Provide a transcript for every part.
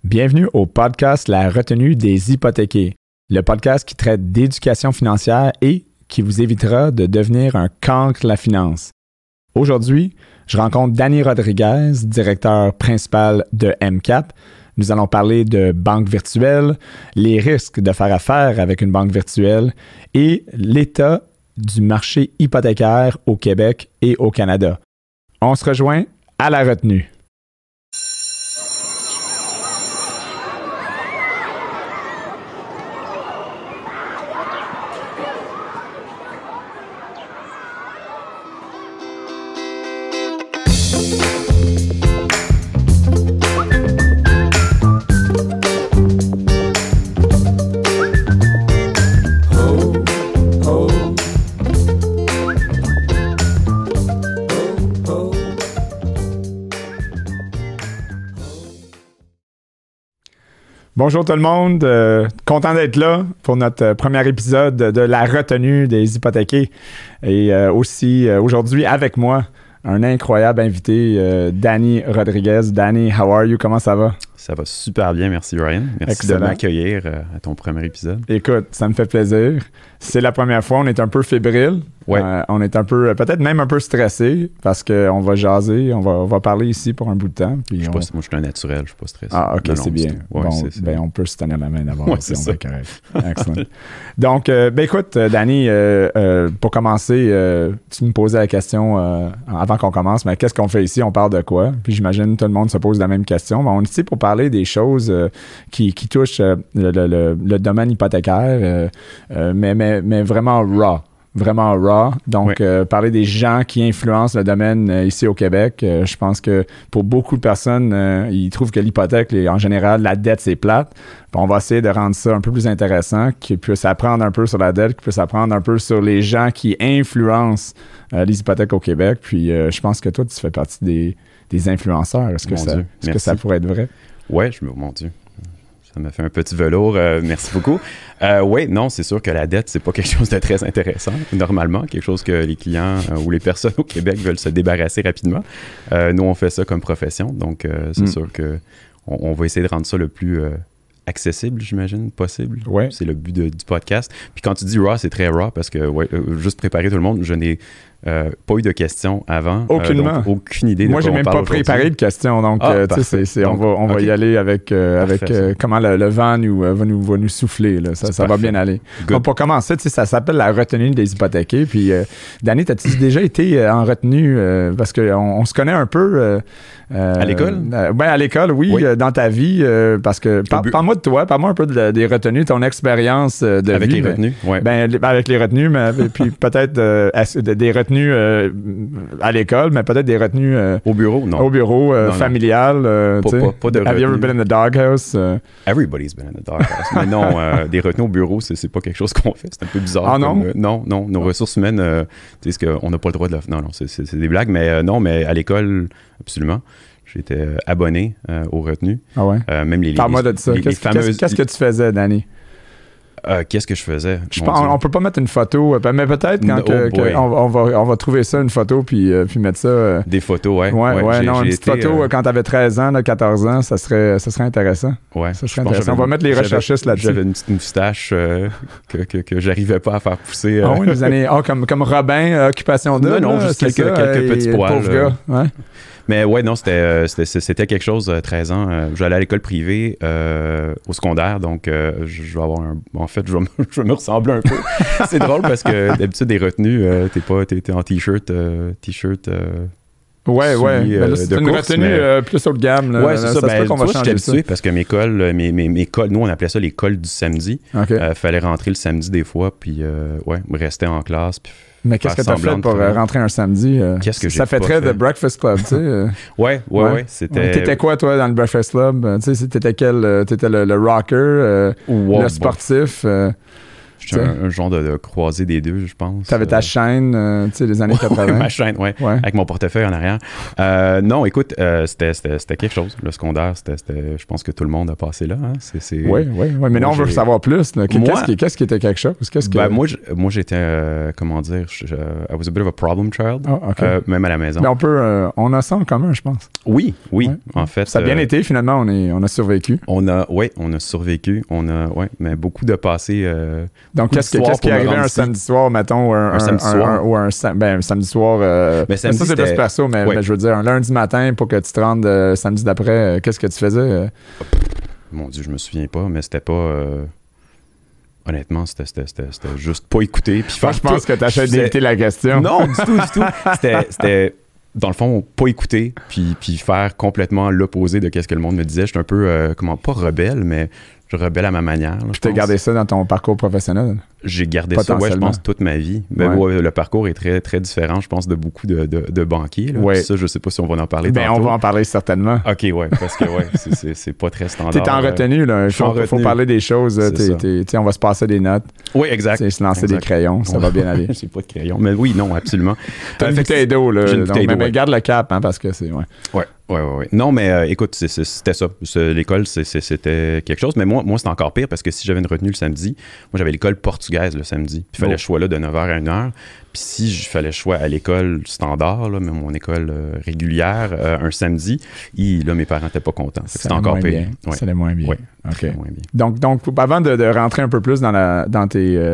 Bienvenue au podcast La retenue des hypothéqués, le podcast qui traite d'éducation financière et qui vous évitera de devenir un cancre de la finance. Aujourd'hui, je rencontre Danny Rodriguez, directeur principal de MCAP. Nous allons parler de banque virtuelle, les risques de faire affaire avec une banque virtuelle et l'état du marché hypothécaire au Québec et au Canada. On se rejoint à la retenue. Bonjour tout le monde, content d'être là pour notre premier épisode de la retenue des hypothéqués. Et aussi aujourd'hui avec moi, un incroyable invité, Danny Rodriguez. Danny, how are you? Comment ça va? Ça va super bien, merci Ryan. Merci Excellent. De m'accueillir à ton premier épisode. Écoute, ça me fait plaisir. C'est la première fois, on est un peu fébrile. Ouais. On est un peu, peut-être même un peu stressé parce qu'on va jaser, on va parler ici pour un bout de temps. Puis moi, je suis un naturel, je suis pas stressé. Ah, ok, c'est bien. Ouais, bon, on peut se tenir la main d'abord. Ouais, si c'est on est correct. Excellent. Donc, écoute, Danny, pour commencer, tu me posais la question avant qu'on commence, mais qu'est-ce qu'on fait ici? On parle de quoi? Puis j'imagine tout le monde se pose la même question. Mais on est ici pour parler des choses qui touchent le domaine hypothécaire, mais vraiment raw. Vraiment raw. Donc, parler des gens qui influencent le domaine ici au Québec. Je pense que pour beaucoup de personnes, ils trouvent que l'hypothèque, en général, la dette, c'est plate. Puis on va essayer de rendre ça un peu plus intéressant, qu'ils puissent apprendre un peu sur la dette, qu'ils puissent apprendre un peu sur les gens qui influencent les hypothèques au Québec. Puis je pense que toi, tu fais partie des influenceurs. Est-ce que ça pourrait être vrai? Oui, mon Dieu. Ça m'a fait un petit velours. Merci beaucoup. Oui, non, c'est sûr que la dette, c'est pas quelque chose de très intéressant, normalement. Quelque chose que les clients ou les personnes au Québec veulent se débarrasser rapidement. Nous, on fait ça comme profession. Donc, c'est sûr qu'on va essayer de rendre ça le plus accessible, j'imagine, possible. Ouais. C'est le but du podcast. Puis quand tu dis raw, c'est très raw parce que, juste préparer tout le monde, je n'ai pas eu de questions avant. Aucunement. Donc, aucune idée de Moi, quoi j'ai même pas préparé de questions. Donc, on va y aller avec comment le vent va nous souffler. Là. Ça va bien aller. Donc, pour commencer, ça s'appelle la retenue des hypothéqués. Puis, Danny, as-tu déjà été en retenue? Parce qu'on se connaît un peu. À l'école? À l'école, oui. Dans ta vie. Parce que, parle-moi de toi. Parle-moi un peu des retenues, ton expérience de vie. Avec les retenues, oui. Avec les retenues, mais puis peut-être des retenues à l'école, mais peut-être des retenues au bureau, non. Au bureau, familial. Pas de Have you ever been in the doghouse? Everybody's been in the doghouse. Mais non, des retenues au bureau, c'est pas quelque chose qu'on fait. C'est un peu bizarre. Ah non? Non, nos ressources humaines, tu sais, qu'on n'a pas le droit de le faire. Non, c'est des blagues, mais non, mais à l'école, absolument. J'étais abonné aux retenues. Ah ouais? Même Parle-moi de ça. Qu'est-ce que tu faisais, Danny? Qu'est-ce que je faisais? On peut pas mettre une photo, mais peut-être on va trouver ça, une photo, puis mettre ça. Des photos, une petite photo quand tu avais 13 ans, 14 ans, ça serait intéressant. Ouais. Ça serait intéressant. On va mettre les recherchistes là-dessus. J'avais une petite moustache que j'arrivais pas à faire pousser. Ah oui, les années. comme Robin, Occupation 2. Non, juste quelques petits poils. Pauvre gars, ouais. Mais ouais, non, c'était quelque chose, 13 ans. J'allais à l'école privée au secondaire, donc je vais avoir en fait, je vais me ressembler un peu. C'est drôle parce que d'habitude, des retenues, t'es en t-shirt. Ouais. Mais là, c'est une retenue plus haut de gamme. Là. Ouais, c'est ça. Ben, qu'on va changer ça. Parce que mes cols, nous, on appelait ça les cols du samedi. Okay. Fallait rentrer le samedi des fois, puis rester en classe, puis mais qu'est-ce que tu as fait pour rentrer un samedi? Qu'est-ce que j'ai Ça fait très The Breakfast Club, tu sais. Ouais. C'était... T'étais quoi, toi, dans le Breakfast Club? Tu sais, t'étais le rocker, le sportif? Je suis un genre de croisé des deux, je pense. Tu avais ta chaîne, tu sais, des années 80. Ma chaîne, ouais, avec mon portefeuille en arrière. Non, écoute, c'était quelque chose. Le secondaire, je pense que tout le monde a passé là. Hein. Oui, mais non, on veut savoir plus. Qu'est-ce qui était quelque chose? Moi, j'étais, comment dire, I was a bit of a problem child, même à la maison. Mais on a ça en commun, je pense. Oui, en fait. Ça a bien été, finalement, on a survécu. On a survécu. Mais beaucoup de passés. Donc, qu'est-ce qui est arrivé un samedi soir, mettons, ou un samedi soir? Ça, c'est l'espresso, mais je veux dire, un lundi matin pour que tu te rendes samedi d'après, qu'est-ce que tu faisais? Mon Dieu, je me souviens pas, mais c'était pas... Honnêtement, c'était juste pas écouter. Puis je pense que tu achètes d'éviter la question. Non, du tout. C'était dans le fond, pas écouter, puis faire complètement l'opposé de ce que le monde me disait. J'étais un peu, pas rebelle, mais je rebelle à ma manière. Tu t'as gardé ça dans ton parcours professionnel? J'ai gardé ça, je pense, toute ma vie. Le parcours est très, très différent, je pense, de beaucoup de banquiers. Ça, je sais pas si on va en parler tantôt. On va en parler certainement. OK, parce que c'est pas très standard. T'es en retenue, là. Il faut parler des choses. On va se passer des notes. Oui, exact. Se lancer des crayons, ça va bien aller. J'ai pas de crayons. Mais oui, non, absolument. T'as une bouteille d'eau, là. Mais garde le cap, parce que c'est... Oui. Non, mais écoute, c'était ça. L'école, c'était quelque chose. Mais moi c'était encore pire parce que si j'avais une retenue le samedi, moi, j'avais l'école portugaise le samedi. Puis il fallait le choix là, de 9h à 1h. Puis si je fallait le choix à l'école standard, là, mais mon école régulière, un samedi, là, mes parents n'étaient pas contents. C'était encore pire. Ça allait moins bien. Oui. OK. Donc, avant de rentrer un peu plus dans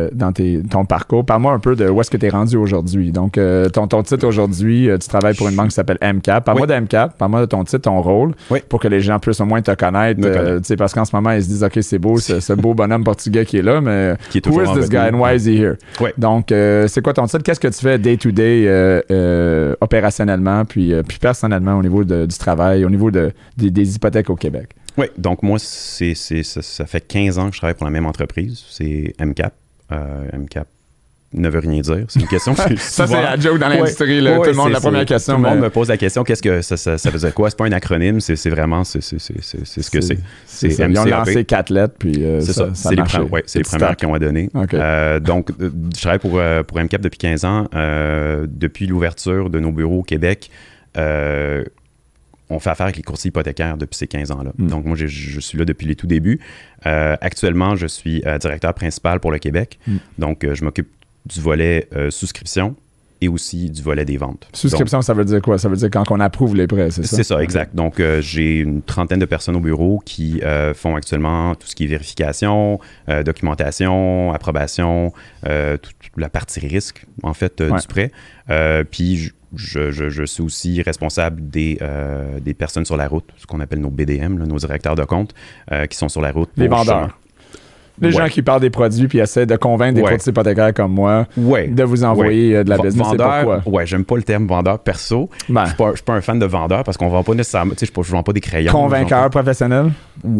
ton parcours, parle-moi un peu de où est-ce que tu es rendu aujourd'hui. Donc, ton titre aujourd'hui, tu travailles pour une banque qui s'appelle MCAP. Parle-moi de MCAP, parle-moi de ton titre, ton rôle, pour que les gens puissent au moins te connaître. Parce qu'en ce moment, ils se disent, OK, c'est beau, ce beau bonhomme portugais qui est là, mais who is this guy and why is he here? Donc, c'est quoi ton titre? Qu'est-ce que tu fais day-to-day opérationnellement, puis personnellement au niveau du travail, au niveau des hypothèques au Québec? Oui, donc moi, ça fait 15 ans que je travaille pour la même entreprise. C'est MCAP. MCAP ne veut rien dire. C'est une question que ça, c'est la joke dans l'industrie. Tout le monde, la première question. Tout le monde me pose la question, qu'est-ce que ça veut dire quoi? C'est pas un acronyme, c'est vraiment c'est ce que c'est. Ils ont lancé 4 lettres, puis c'est ça. C'est les premières qu'ils ont donné. Donc, je travaille pour MCAP depuis 15 ans. Depuis l'ouverture de nos bureaux au Québec, on fait affaire avec les courtiers hypothécaires depuis ces 15 ans-là. Donc, moi, je suis là depuis les tout débuts. Actuellement, je suis directeur principal pour le Québec. Donc, je m'occupe du volet souscription et aussi du volet des ventes. Souscription, donc, ça veut dire quoi? Ça veut dire quand on approuve les prêts, c'est ça? C'est ça, exact. Donc, j'ai une trentaine de personnes au bureau qui font actuellement tout ce qui est vérification, documentation, approbation, toute la partie risque, en fait, du prêt. Puis, je suis aussi responsable des personnes sur la route, ce qu'on appelle nos BDM, nos directeurs de compte, qui sont sur la route. Les vendeurs. Les gens qui parlent des produits puis essaient de convaincre des courtiers hypothécaires comme moi de vous envoyer de la business. Vendeur, j'aime pas le terme vendeur perso. Je suis pas un fan de vendeur parce qu'on vend pas nécessairement, je vends pas des crayons. Convainqueur professionnel?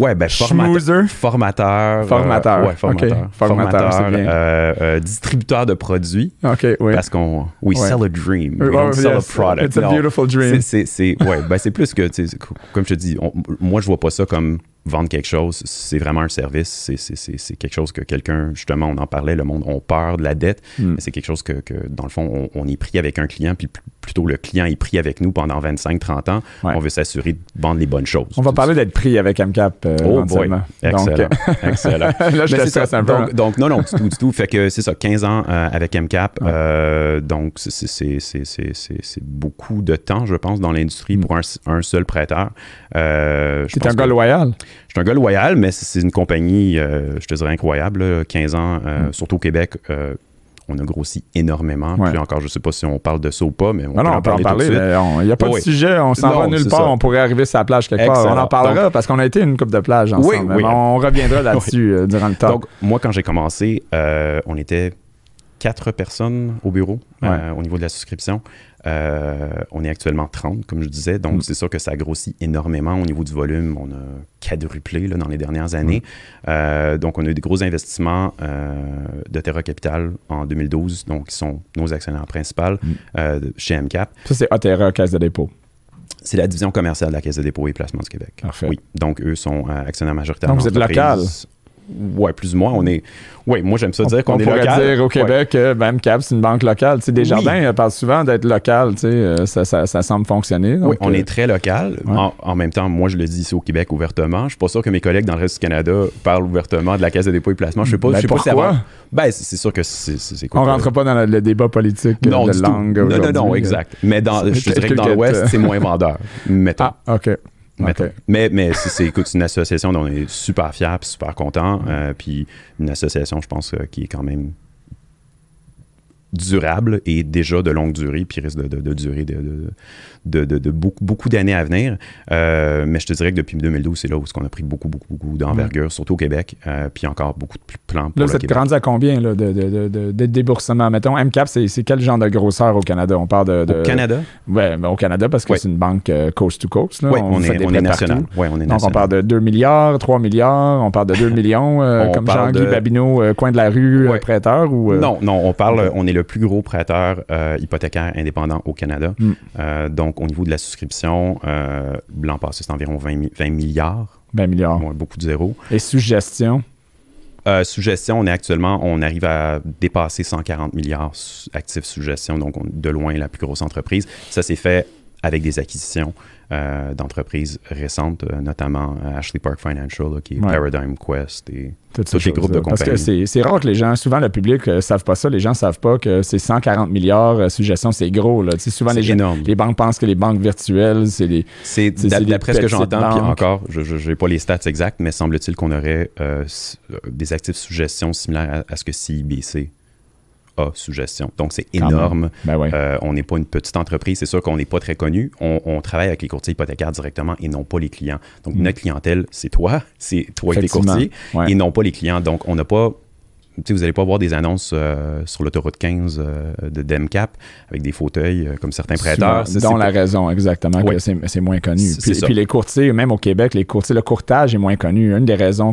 Formateur. Formateur, c'est bien. Distributeur de produits. OK, parce qu'on sell a dream. We don't sell a product. It's a beautiful dream. C'est plus que, comme je te dis, moi, je vois pas ça comme vendre quelque chose, c'est vraiment un service, c'est quelque chose que quelqu'un, justement, on en parlait, le monde a peur de la dette, mais c'est quelque chose que dans le fond, on est pris avec un client, puis plutôt le client est pris avec nous pendant 25-30 ans, on veut s'assurer de vendre les bonnes choses. On va parler d'être pris avec MCAP éventuellement. Excellent, excellent. Là, je te stresse un peu. Donc, non, du tout. Fait que c'est ça, 15 ans avec MCAP, donc c'est beaucoup de temps, je pense, dans l'industrie pour un seul prêteur. C'est un gars loyal? Je suis un gars loyal, mais c'est une compagnie, je te dirais, incroyable. Là, 15 ans, surtout au Québec, on a grossi énormément. Puis encore, je ne sais pas si on parle de ça ou pas, mais on peut en parler. Il n'y a pas de sujet, on s'en va nulle part. On pourrait arriver sur la plage quelque part. On en parlera parce qu'on a été une couple de plages ensemble. Mais on reviendra là-dessus durant le temps. Donc, moi, quand j'ai commencé, on était 4 personnes au bureau au niveau de la souscription. On est actuellement 30, comme je disais. Donc, c'est sûr que ça grossit énormément au niveau du volume. On a quadruplé dans les dernières années. Donc, on a eu des gros investissements de Terra Capital en 2012, donc qui sont nos actionnaires principaux chez MCAP. Ça, c'est Terra Caisse de dépôt. C'est la division commerciale de la Caisse de dépôt et placement du Québec. Parfait. Oui. Donc, eux sont actionnaires majoritaires. Donc, vous êtes local. Ouais, plus ou moins. Moi, j'aime ça dire qu'on est local. On pourrait dire au Québec que MCAP, c'est une banque locale. Tu sais, Desjardins parle souvent d'être local. Tu sais, ça semble fonctionner. Donc, oui, on est très local. Ouais. En même temps, moi, je le dis ici au Québec ouvertement. Je suis pas sûr que mes collègues dans le reste du Canada parlent ouvertement de la Caisse de dépôt et placement. Je sais pas. Pourquoi? C'est sûr que c'est quoi. On rentre pas dans le débat politique de langue. Non, exact. Mais je te dirais que dans l'Ouest, c'est moins vendeur. Mettons. Ah, OK. Okay. Mais écoute, c'est une association dont on est super fiers et super contents. Puis une association, je pense, qui est quand même durable et déjà de longue durée, puis risque de durer de beaucoup d'années à venir. Mais je te dirais que depuis 2012, c'est là où on a pris beaucoup d'envergure, surtout au Québec, puis encore beaucoup de plans pour là, vous êtes rendu à combien là, de déboursements? Mettons, MCAP, c'est quel genre de grosseur au Canada? On parle de... Au Canada? Oui, au Canada, parce que c'est une banque coast to coast. Oui, on est national. Ouais, on est donc, on parle de 2 milliards, 3 milliards, on parle de 2 millions, comme Jean-Guy Babineau, coin de la rue, prêteur? Ou, Non, on est le plus gros prêteur hypothécaire indépendant au Canada. Donc, au niveau de la souscription, l'an passé, c'est environ 20 milliards. 20 milliards. Beaucoup de zéros. Et sous gestion? Sous gestion, on arrive à dépasser 140 milliards actifs sous gestion, donc de loin la plus grosse entreprise. Ça s'est fait avec des acquisitions d'entreprises récentes, notamment Ashley Park Financial, là, qui est Paradigm Quest et tous les groupes de compagnies. Parce que c'est rare que les gens, souvent le public ne savent pas ça, les gens ne savent pas que c'est 140 milliards sous gestion, c'est gros. Là. Souvent, les banques pensent que les banques virtuelles, c'est des... D'après ce que j'entends, puis encore, je n'ai pas les stats exactes, mais semble-t-il qu'on aurait des actifs sous gestion similaires à ce que CIBC sous gestion. Donc, c'est énorme. On n'est pas une petite entreprise. C'est sûr qu'on n'est pas très connu. On travaille avec les courtiers hypothécaires directement et non pas les clients. Donc, notre clientèle, c'est toi et tes courtiers et non pas les clients. Donc, on n'a pas... vous n'allez pas voir des annonces sur l'autoroute 15 de MCAP avec des fauteuils comme certains prêteurs. Dont la raison, exactement, que c'est moins connu. Puis les courtiers, même au Québec, le courtage est moins connu. Une des raisons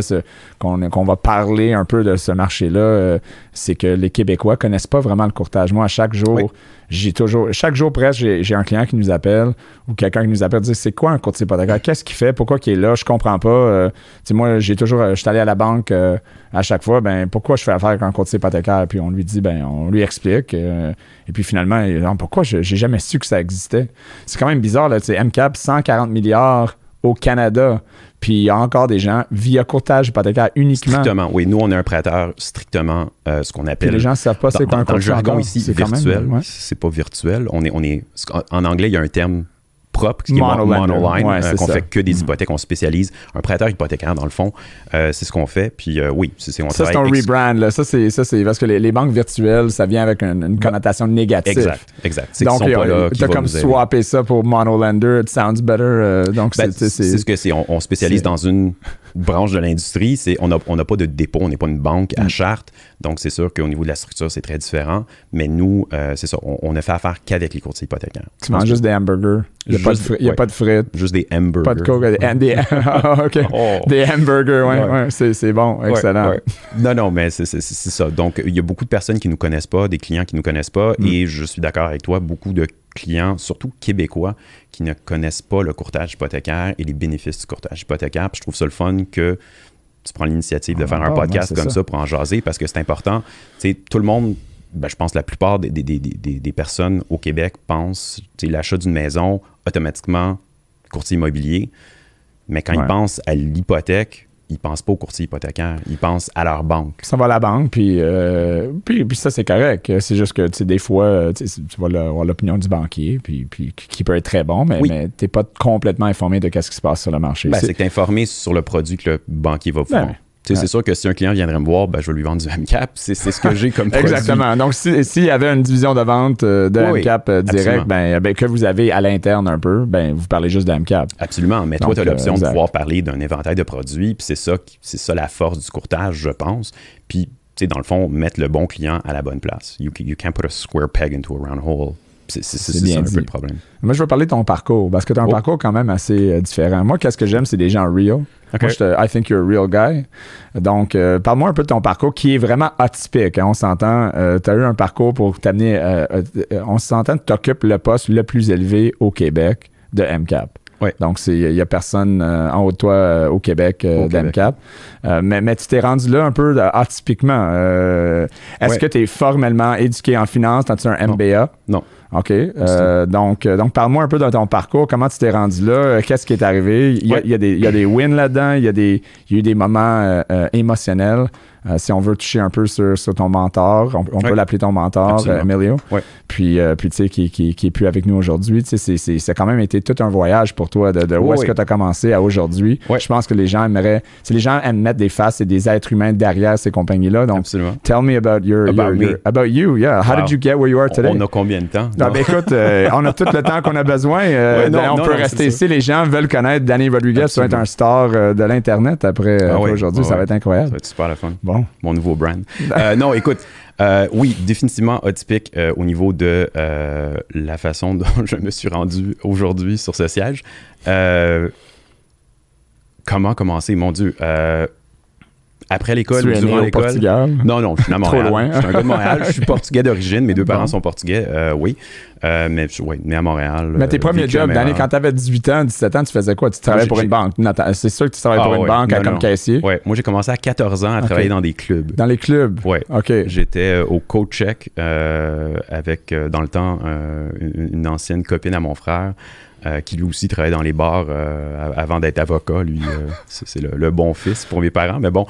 qu'on va parler un peu de ce marché-là, c'est que les Québécois ne connaissent pas vraiment le courtage. Moi, à chaque jour, chaque jour presque, j'ai un client qui nous appelle ou quelqu'un qui nous appelle dire c'est quoi un courtier hypothécaire? Qu'est-ce qu'il fait? Pourquoi il est là? Je comprends pas. Moi, je suis allé à la banque à chaque fois, pourquoi je fais affaire avec un courtier hypothécaire? Puis on lui dit, on lui explique. Et puis finalement, pourquoi j'ai jamais su que ça existait? C'est quand même bizarre, là, MCAP, 140 milliards au Canada. Puis il y a encore des gens via courtage hypothécaire uniquement. Strictement, oui. Nous, on est un prêteur strictement ce qu'on appelle... Puis les gens ne savent pas c'est quoi un courtage. Dans le jargon ici, c'est virtuel. C'est pas virtuel. En anglais, il y a un terme propre, qui est monoline, qu'on fait que des hypothèques, on spécialise. Un prêteur hypothécaire, dans le fond, c'est ce qu'on fait. Puis oui, on ça, c'est un rebrand. Là. Ça, c'est parce que les banques virtuelles, ça vient avec une connotation négative. Exact. Donc, tu as comme swappé ça pour Monolander, it sounds better. Donc, c'est ce que c'est. On spécialise dans une branche de l'industrie. On n'a pas de dépôt, on n'est pas une banque à charte. Donc, c'est sûr qu'au niveau de la structure, c'est très différent. Mais nous, c'est ça, on ne fait affaire qu'avec les courtiers hypothécaires. Tu manges juste des hamburgers. Il n'y a pas de frites. Juste des hamburgers. Pas de coke. Des hamburgers, c'est bon, excellent. Non, mais c'est ça. Donc, il y a beaucoup de personnes qui ne nous connaissent pas, des clients qui ne nous connaissent pas. Et je suis d'accord avec toi, beaucoup de clients, surtout québécois, qui ne connaissent pas le courtage hypothécaire et les bénéfices du courtage hypothécaire. Puis je trouve ça le fun que tu prends l'initiative de faire un podcast comme ça pour en jaser parce que c'est important. Tu sais, tout le monde, je pense que la plupart des personnes au Québec pensent l'achat d'une maison, automatiquement, courtier immobilier. Mais quand ils pensent à l'hypothèque, ils ne pensent pas au courtier hypothécaire, ils pensent à leur banque. Ça va à la banque, puis ça, c'est correct. C'est juste que des fois, tu vas avoir l'opinion du banquier, puis qui peut être très bon, mais tu n'es pas complètement informé de ce qui se passe sur le marché. C'est que tu es informé sur le produit que le banquier va vendre. C'est sûr que si un client viendrait me voir, je vais lui vendre du MCAP. C'est ce que j'ai comme produit. Exactement. Donc, s'il y avait une division de vente de MCAP direct, que vous avez à l'interne un peu, vous parlez juste de MCAP. Absolument. Mais toi, tu as l'option de pouvoir parler d'un éventail de produits. Puis c'est ça la force du courtage, je pense. Puis, dans le fond, mettre le bon client à la bonne place. You can't put a square peg into a round hole. C'est ça un peu le problème. Moi, je veux parler de ton parcours, parce que tu as un parcours quand même assez différent. Moi, qu'est-ce que j'aime, c'est des gens real. Okay. Moi, I think you're a real guy. Donc, parle-moi un peu de ton parcours qui est vraiment atypique. Hein, on s'entend, tu as eu un parcours pour t'amener... on s'entend que tu occupes le poste le plus élevé au Québec de MCAP. Ouais. Donc, il n'y a personne en haut de toi au Québec d'AMCAP. Mais tu t'es rendu là un peu atypiquement. Est-ce que tu es formellement éduqué en finance? As-tu un MBA? Non. OK. Donc, parle-moi un peu de ton parcours. Comment tu t'es rendu là? Qu'est-ce qui est arrivé? Il y a des wins là-dedans. Il y a eu des moments émotionnels. Si on veut toucher un peu sur ton mentor, on peut l'appeler ton mentor, Emilio. Ouais. Puis tu sais, qui est plus avec nous aujourd'hui. Tu sais, ça a quand même été tout un voyage pour toi de où est-ce que tu as commencé à aujourd'hui. Ouais. Je pense que les gens aimeraient... Si les gens aiment mettre des faces et des êtres humains derrière ces compagnies-là. Donc, absolument. Tell me about you. Yeah. How did you get where you are today? On a combien de temps? Ben, écoute, on a tout le temps qu'on a besoin. On peut rester ici. Les gens veulent connaître Danny Rodriguez. Ça va être un star de l'Internet après aujourd'hui. Ça va être incroyable. Ça va être super le fun. Bon. Mon nouveau brand. Non, écoute, oui, définitivement atypique au niveau de la façon dont je me suis rendu aujourd'hui sur ce siège. Comment commencer? Mon Dieu. Après l'école, durant l'école. Portugal. Non, je suis à Montréal. Trop loin. Je suis un gars de Montréal. Je suis portugais d'origine. Mes deux parents sont portugais, oui. Mais je suis né à Montréal. Mais tes premiers jobs, Danny, quand tu avais 18 ans, 17 ans, tu faisais quoi? Tu travaillais pour une banque. C'est sûr que tu travaillais pour une banque comme caissier. Oui, moi j'ai commencé à 14 ans à travailler dans des clubs. Dans les clubs? Oui. OK. J'étais au CoCheck avec, dans le temps, une ancienne copine à mon frère. Qui lui aussi travaillait dans les bars avant d'être avocat. Lui, c'est le bon fils pour mes parents. Mais bon,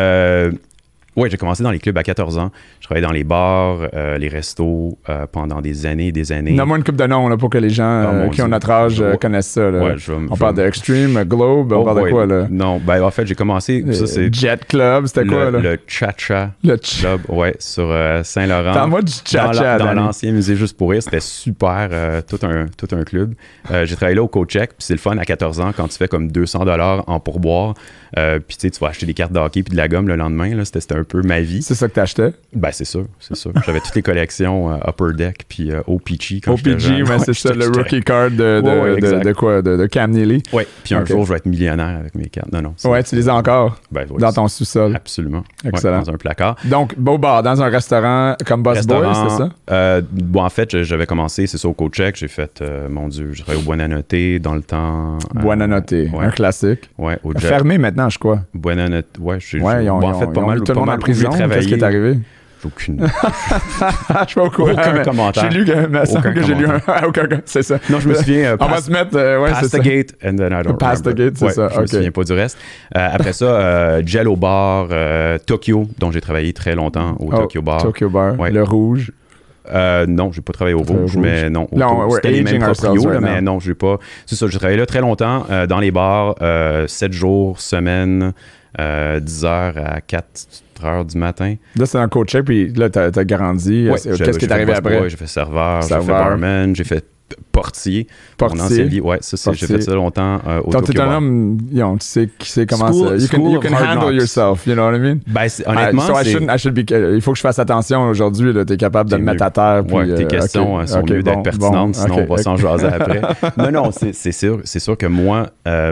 oui, j'ai commencé dans les clubs à 14 ans. Je travaillais dans les bars, les restos pendant des années et des années. Donne-moi une couple de noms là, pour que les gens qui ont notre âge connaissent ça. Là. Ouais, on parle de Extreme, Globe, on parle de quoi là? Non, en fait, j'ai commencé... Ça, c'est Jet Club, c'était quoi là? Le Cha-Cha Club, sur Saint-Laurent. Parle-moi du Cha-Cha. Dans l'ancien musée Juste pour rire, c'était super, tout un club. J'ai travaillé là au CoCheck, puis c'est le fun à 14 ans quand tu fais comme 200$ en pourboire. Puis tu vas acheter des cartes de hockey puis de la gomme le lendemain. Là, c'était un peu ma vie. C'est ça que t'achetais? Ben, c'est sûr. J'avais toutes les collections Upper Deck puis OPG quand j'étais jeune. OPG, c'est ça, le rookie card de quoi? De Cam Neely. Oui, puis un jour, je vais être millionnaire avec mes cartes. Non. Ouais, tu les as encore dans ton sous-sol. Absolument. Excellent. Dans un placard. Donc, beau bar, dans un restaurant comme Boss Boy, c'est ça? En fait, j'avais commencé, c'est ça, au CoCheck. J'ai fait, mon Dieu, je travaillais au Buonanotte dans le temps. Buonanotte, un classique. Ouais, au fermé maintenant, je crois. Buonanotte, en fait, pas mal. Tout le monde en prison. Qu'est-ce qui est arrivé? Aucune. Je suis pas au courant. Aucun commentaire. J'ai lu aucun. C'est ça. Non, je me souviens. On va se mettre. Past the gate and then I don't Past the gate, c'est ça. Je me souviens pas du reste. Après ça, Jello Bar, Tokyo, dont j'ai travaillé très longtemps au Tokyo Bar. Tokyo Bar. Le rouge. Non, j'ai pas travaillé au rouge, mais non. C'était les mêmes proprios, mais non, j'ai pas. C'est ça, j'ai travaillé là très longtemps dans les bars, 7 jours, semaine, 10h à 4h du matin. Là, c'est un coach, puis là, t'as grandi. Qu'est-ce qui est arrivé après? J'ai fait serveur, j'ai fait barman, j'ai fait portier. Mon ancienne vie, j'ai fait ça longtemps au Tokyo Bar. T'es un homme, tu sais comment ça. You can handle yourself, you know what I mean? Ben, honnêtement, il faut que je fasse attention aujourd'hui. T'es capable de le mettre à terre. Puis, tes questions sont mieux d'être pertinentes, sinon on va s'en jaser après. Non, c'est sûr que moi,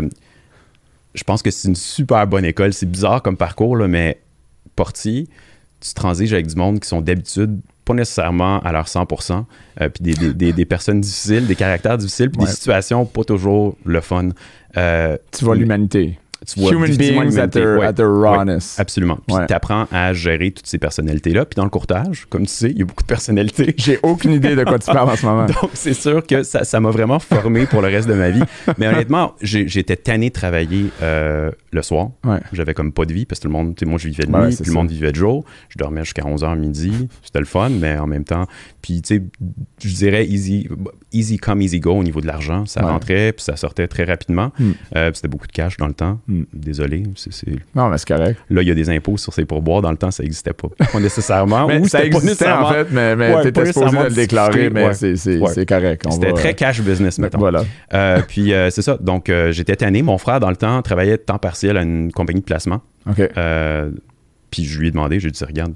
je pense que c'est une super bonne école. C'est bizarre comme parcours, là, mais portier, tu transiges avec du monde qui sont d'habitude pas nécessairement à leur 100%, puis des personnes difficiles, des caractères difficiles, puis des situations pas toujours le fun. Tu vois l'humanité. Human beings at their rawness. Absolument. Puis tu apprends à gérer toutes ces personnalités-là. Puis dans le courtage, comme tu sais, il y a beaucoup de personnalités. J'ai aucune idée de quoi tu parles en ce moment. Donc c'est sûr que ça m'a vraiment formé pour le reste de ma vie. Mais honnêtement, j'étais tanné de travailler le soir. J'avais comme pas de vie parce que tout le monde, moi je vivais de nuit, puis le monde vivait de jour. Je dormais jusqu'à 11h midi. C'était le fun, mais en même temps, puis tu sais, je dirais easy come, easy go au niveau de l'argent. Ça rentrait, puis ça sortait très rapidement. C'était beaucoup de cash dans le temps. Désolé. Non, mais c'est correct. Là, il y a des impôts sur ces pourboires. Dans le temps, ça n'existait pas. Pas nécessairement. Mais ça existait en fait, mais tu étais supposé de le déclarer, mais c'est correct. C'était très cash business, mettons. Voilà. Puis c'est ça. Donc, j'étais tanné. Mon frère, dans le temps, travaillait de temps partiel à une compagnie de placement. OK. Puis je lui ai demandé, j'ai dit, regarde,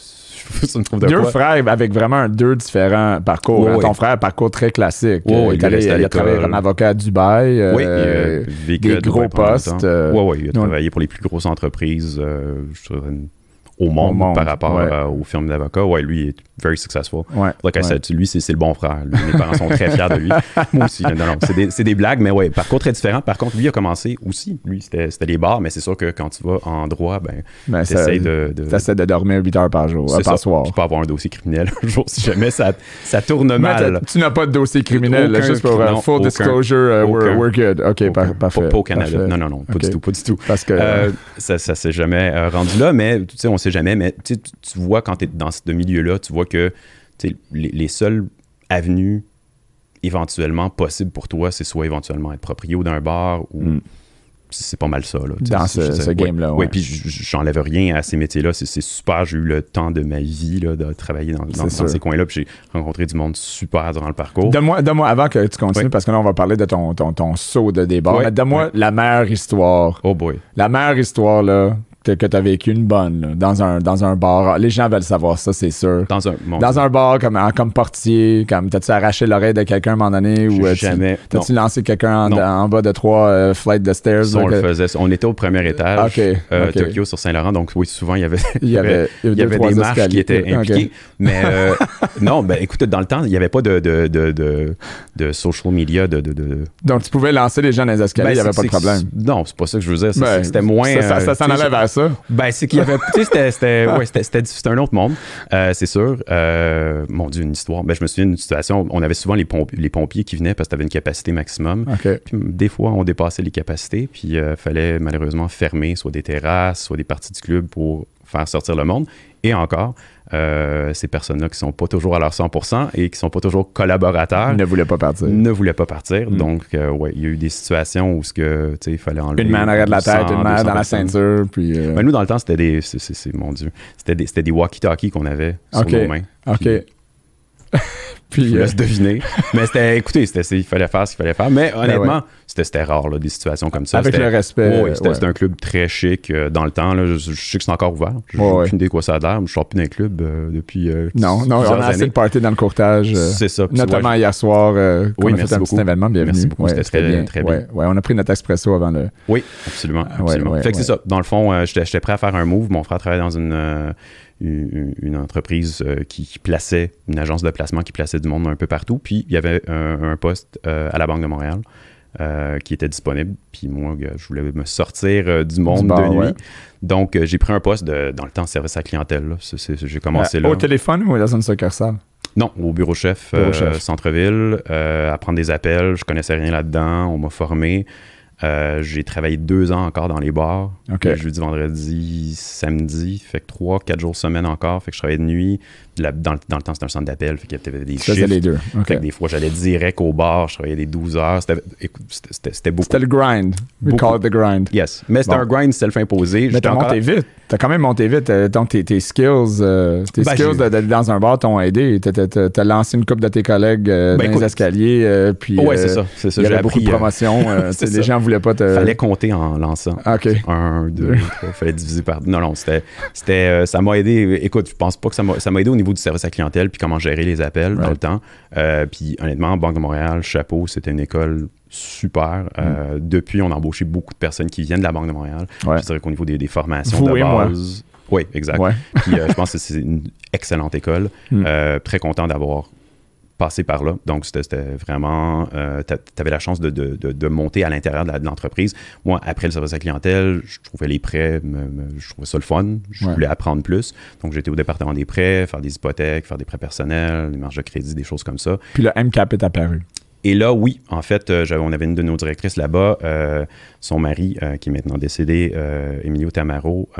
deux frères avec vraiment deux différents parcours. Ton frère, parcours très classique. Il a travaillé comme avocat à Dubaï. Des gros postes. Il a travaillé pour les plus grosses entreprises. au monde par rapport ouais. aux firmes d'avocats. Ouais, lui, il est very successful. Ouais, Like I said, lui, c'est le bon frère. Lui, mes parents sont très fiers de lui. Moi aussi. Non, c'est des blagues, mais ouais, parcours très différent. Par contre, lui a commencé aussi. Lui, c'était les bars, mais c'est sûr que quand tu vas en droit, t'essayes t'essaies de dormir 8 heures par jour, par soir. Tu peux avoir un dossier criminel un jour si jamais ça tourne mal. Tu n'as pas de dossier criminel, là, juste pour full disclosure, we're good. OK, parfait. Pas au Canada. Parfait. Non, pas du tout. Parce que ça s'est jamais rendu là, mais tu sais, on sait jamais. Mais tu vois, quand tu es dans ce milieu-là, tu vois que les seules avenues éventuellement possibles pour toi, c'est soit éventuellement être proprio d'un bar ou c'est pas mal ça. Là, dans ce game-là. Oui, puis j'enlève rien à ces métiers-là. C'est super. J'ai eu le temps de ma vie là, de travailler dans ces coins-là. Puis j'ai rencontré du monde super durant le parcours. Donne-moi avant que tu continues, parce que là, on va parler de ton saut de débat. Mais donne-moi la meilleure histoire. Oh boy. La meilleure histoire, là, que tu as vécu une bonne, là, dans un bar. Les gens veulent savoir ça, c'est sûr. Dans un bar comme portier, t'as-tu arraché l'oreille de quelqu'un à un moment donné? Ou jamais. T'as-tu lancé quelqu'un en bas de 3 flights de stairs? Ça, on le faisait. On était au premier étage, Tokyo sur Saint-Laurent, donc oui, souvent, il y avait des marches qui étaient impliquées. Mais non, écoute, dans le temps, il n'y avait pas de social media. Donc, tu pouvais lancer les gens dans les escaliers, il n'y avait pas de problème. Non, c'est pas ça que je veux dire. C'était moins... Ça s'en allait vers ça. C'est qu'il y avait... Tu sais, c'était un autre monde, c'est sûr. Mon Dieu, une histoire. Je me souviens d'une situation, on avait souvent les pompiers qui venaient parce que tu avais une capacité maximum. Okay. Puis, des fois, on dépassait les capacités, puis il fallait malheureusement fermer soit des terrasses, soit des parties du club pour faire sortir le monde. Et encore, ces personnes-là qui sont pas toujours à leur 100% et qui sont pas toujours collaborateurs ne voulaient pas partir. Donc, il y a eu des situations où il fallait enlever une main en arrière de la tête, une main dans la ceinture. Puis, nous, dans le temps, c'était mon Dieu, c'était des walkie-talkies qu'on avait sur nos mains. OK. Puis, je vous laisse deviner. Mais il fallait faire ce qu'il fallait faire. Mais honnêtement, c'était rare, là, des situations comme ça. Avec le respect. C'était un club très chic dans le temps. Là, je sais que c'est encore ouvert. Je n'ai aucune idée de quoi ça a l'air. Je ne sors plus d'un club depuis Non, on a assez de party dans le courtage. C'est ça. Notamment hier soir, on a fait un petit événement. Bienvenue. Merci beaucoup. C'était très bien. On a pris notre expresso avant le... Oui, absolument. Fait que c'est ça. Dans le fond, j'étais prêt à faire un move. Mon frère travaillait dans une entreprise qui plaçait, une agence de placement qui plaçait du monde un peu partout. Puis, il y avait un poste à la Banque de Montréal qui était disponible. Puis moi, je voulais me sortir du monde de nuit. Ouais. Donc, j'ai pris un poste dans le temps service à la clientèle. Là. J'ai commencé là. Au téléphone ou dans une succursale? Non, au bureau chef. Centre-ville, à prendre des appels. Je connaissais rien là-dedans. On m'a formé. J'ai travaillé 2 ans encore dans les bars. Okay. Jeudi, vendredi, samedi. Fait que 3-4 jours semaine encore. Fait que je travaillais de nuit. Dans le temps, c'était un centre d'appel. Fait qu'il y avait des shifts. Les deux. Okay. Fait que des fois, j'allais direct au bar. Je travaillais des 12 heures. C'était beaucoup. C'était le grind. We call it the grind. Yes. Mais c'était un grind self-imposé. Mais t'as monté vite. T'as quand même monté vite. Donc, tes skills, d'aller dans un bar t'ont aidé. T'as lancé une couple de tes collègues dans les escaliers. Puis, c'est ça. Il y avait beaucoup de promotions. Les gens voulaient pas te... Fallait compter en lançant. OK. 1, 2, 3. Fallait diviser par... Non, c'était ça m'a aidé. Écoute, je pense pas que ça m'a aidé au niveau du service à la clientèle puis comment gérer les appels dans le temps. Puis honnêtement, Banque de Montréal, chapeau, c'était une école super. Depuis, on a embauché beaucoup de personnes qui viennent de la Banque de Montréal. Je dirais qu'au niveau des formations de base... Oui, exact. Ouais. Puis je pense que c'est une excellente école. Très content d'avoir passé par là. Donc, c'était vraiment... tu avais la chance de monter à l'intérieur de l'entreprise. Moi, après le service à la clientèle, je trouvais les prêts, je trouvais ça le fun. Je voulais apprendre plus. Donc, j'étais au département des prêts, faire des hypothèques, faire des prêts personnels, des marges de crédit, des choses comme ça. Puis le MCAP est apparu. Et là, oui, en fait, on avait une de nos directrices là-bas, son mari, qui est maintenant décédé, Emilio Tamaro,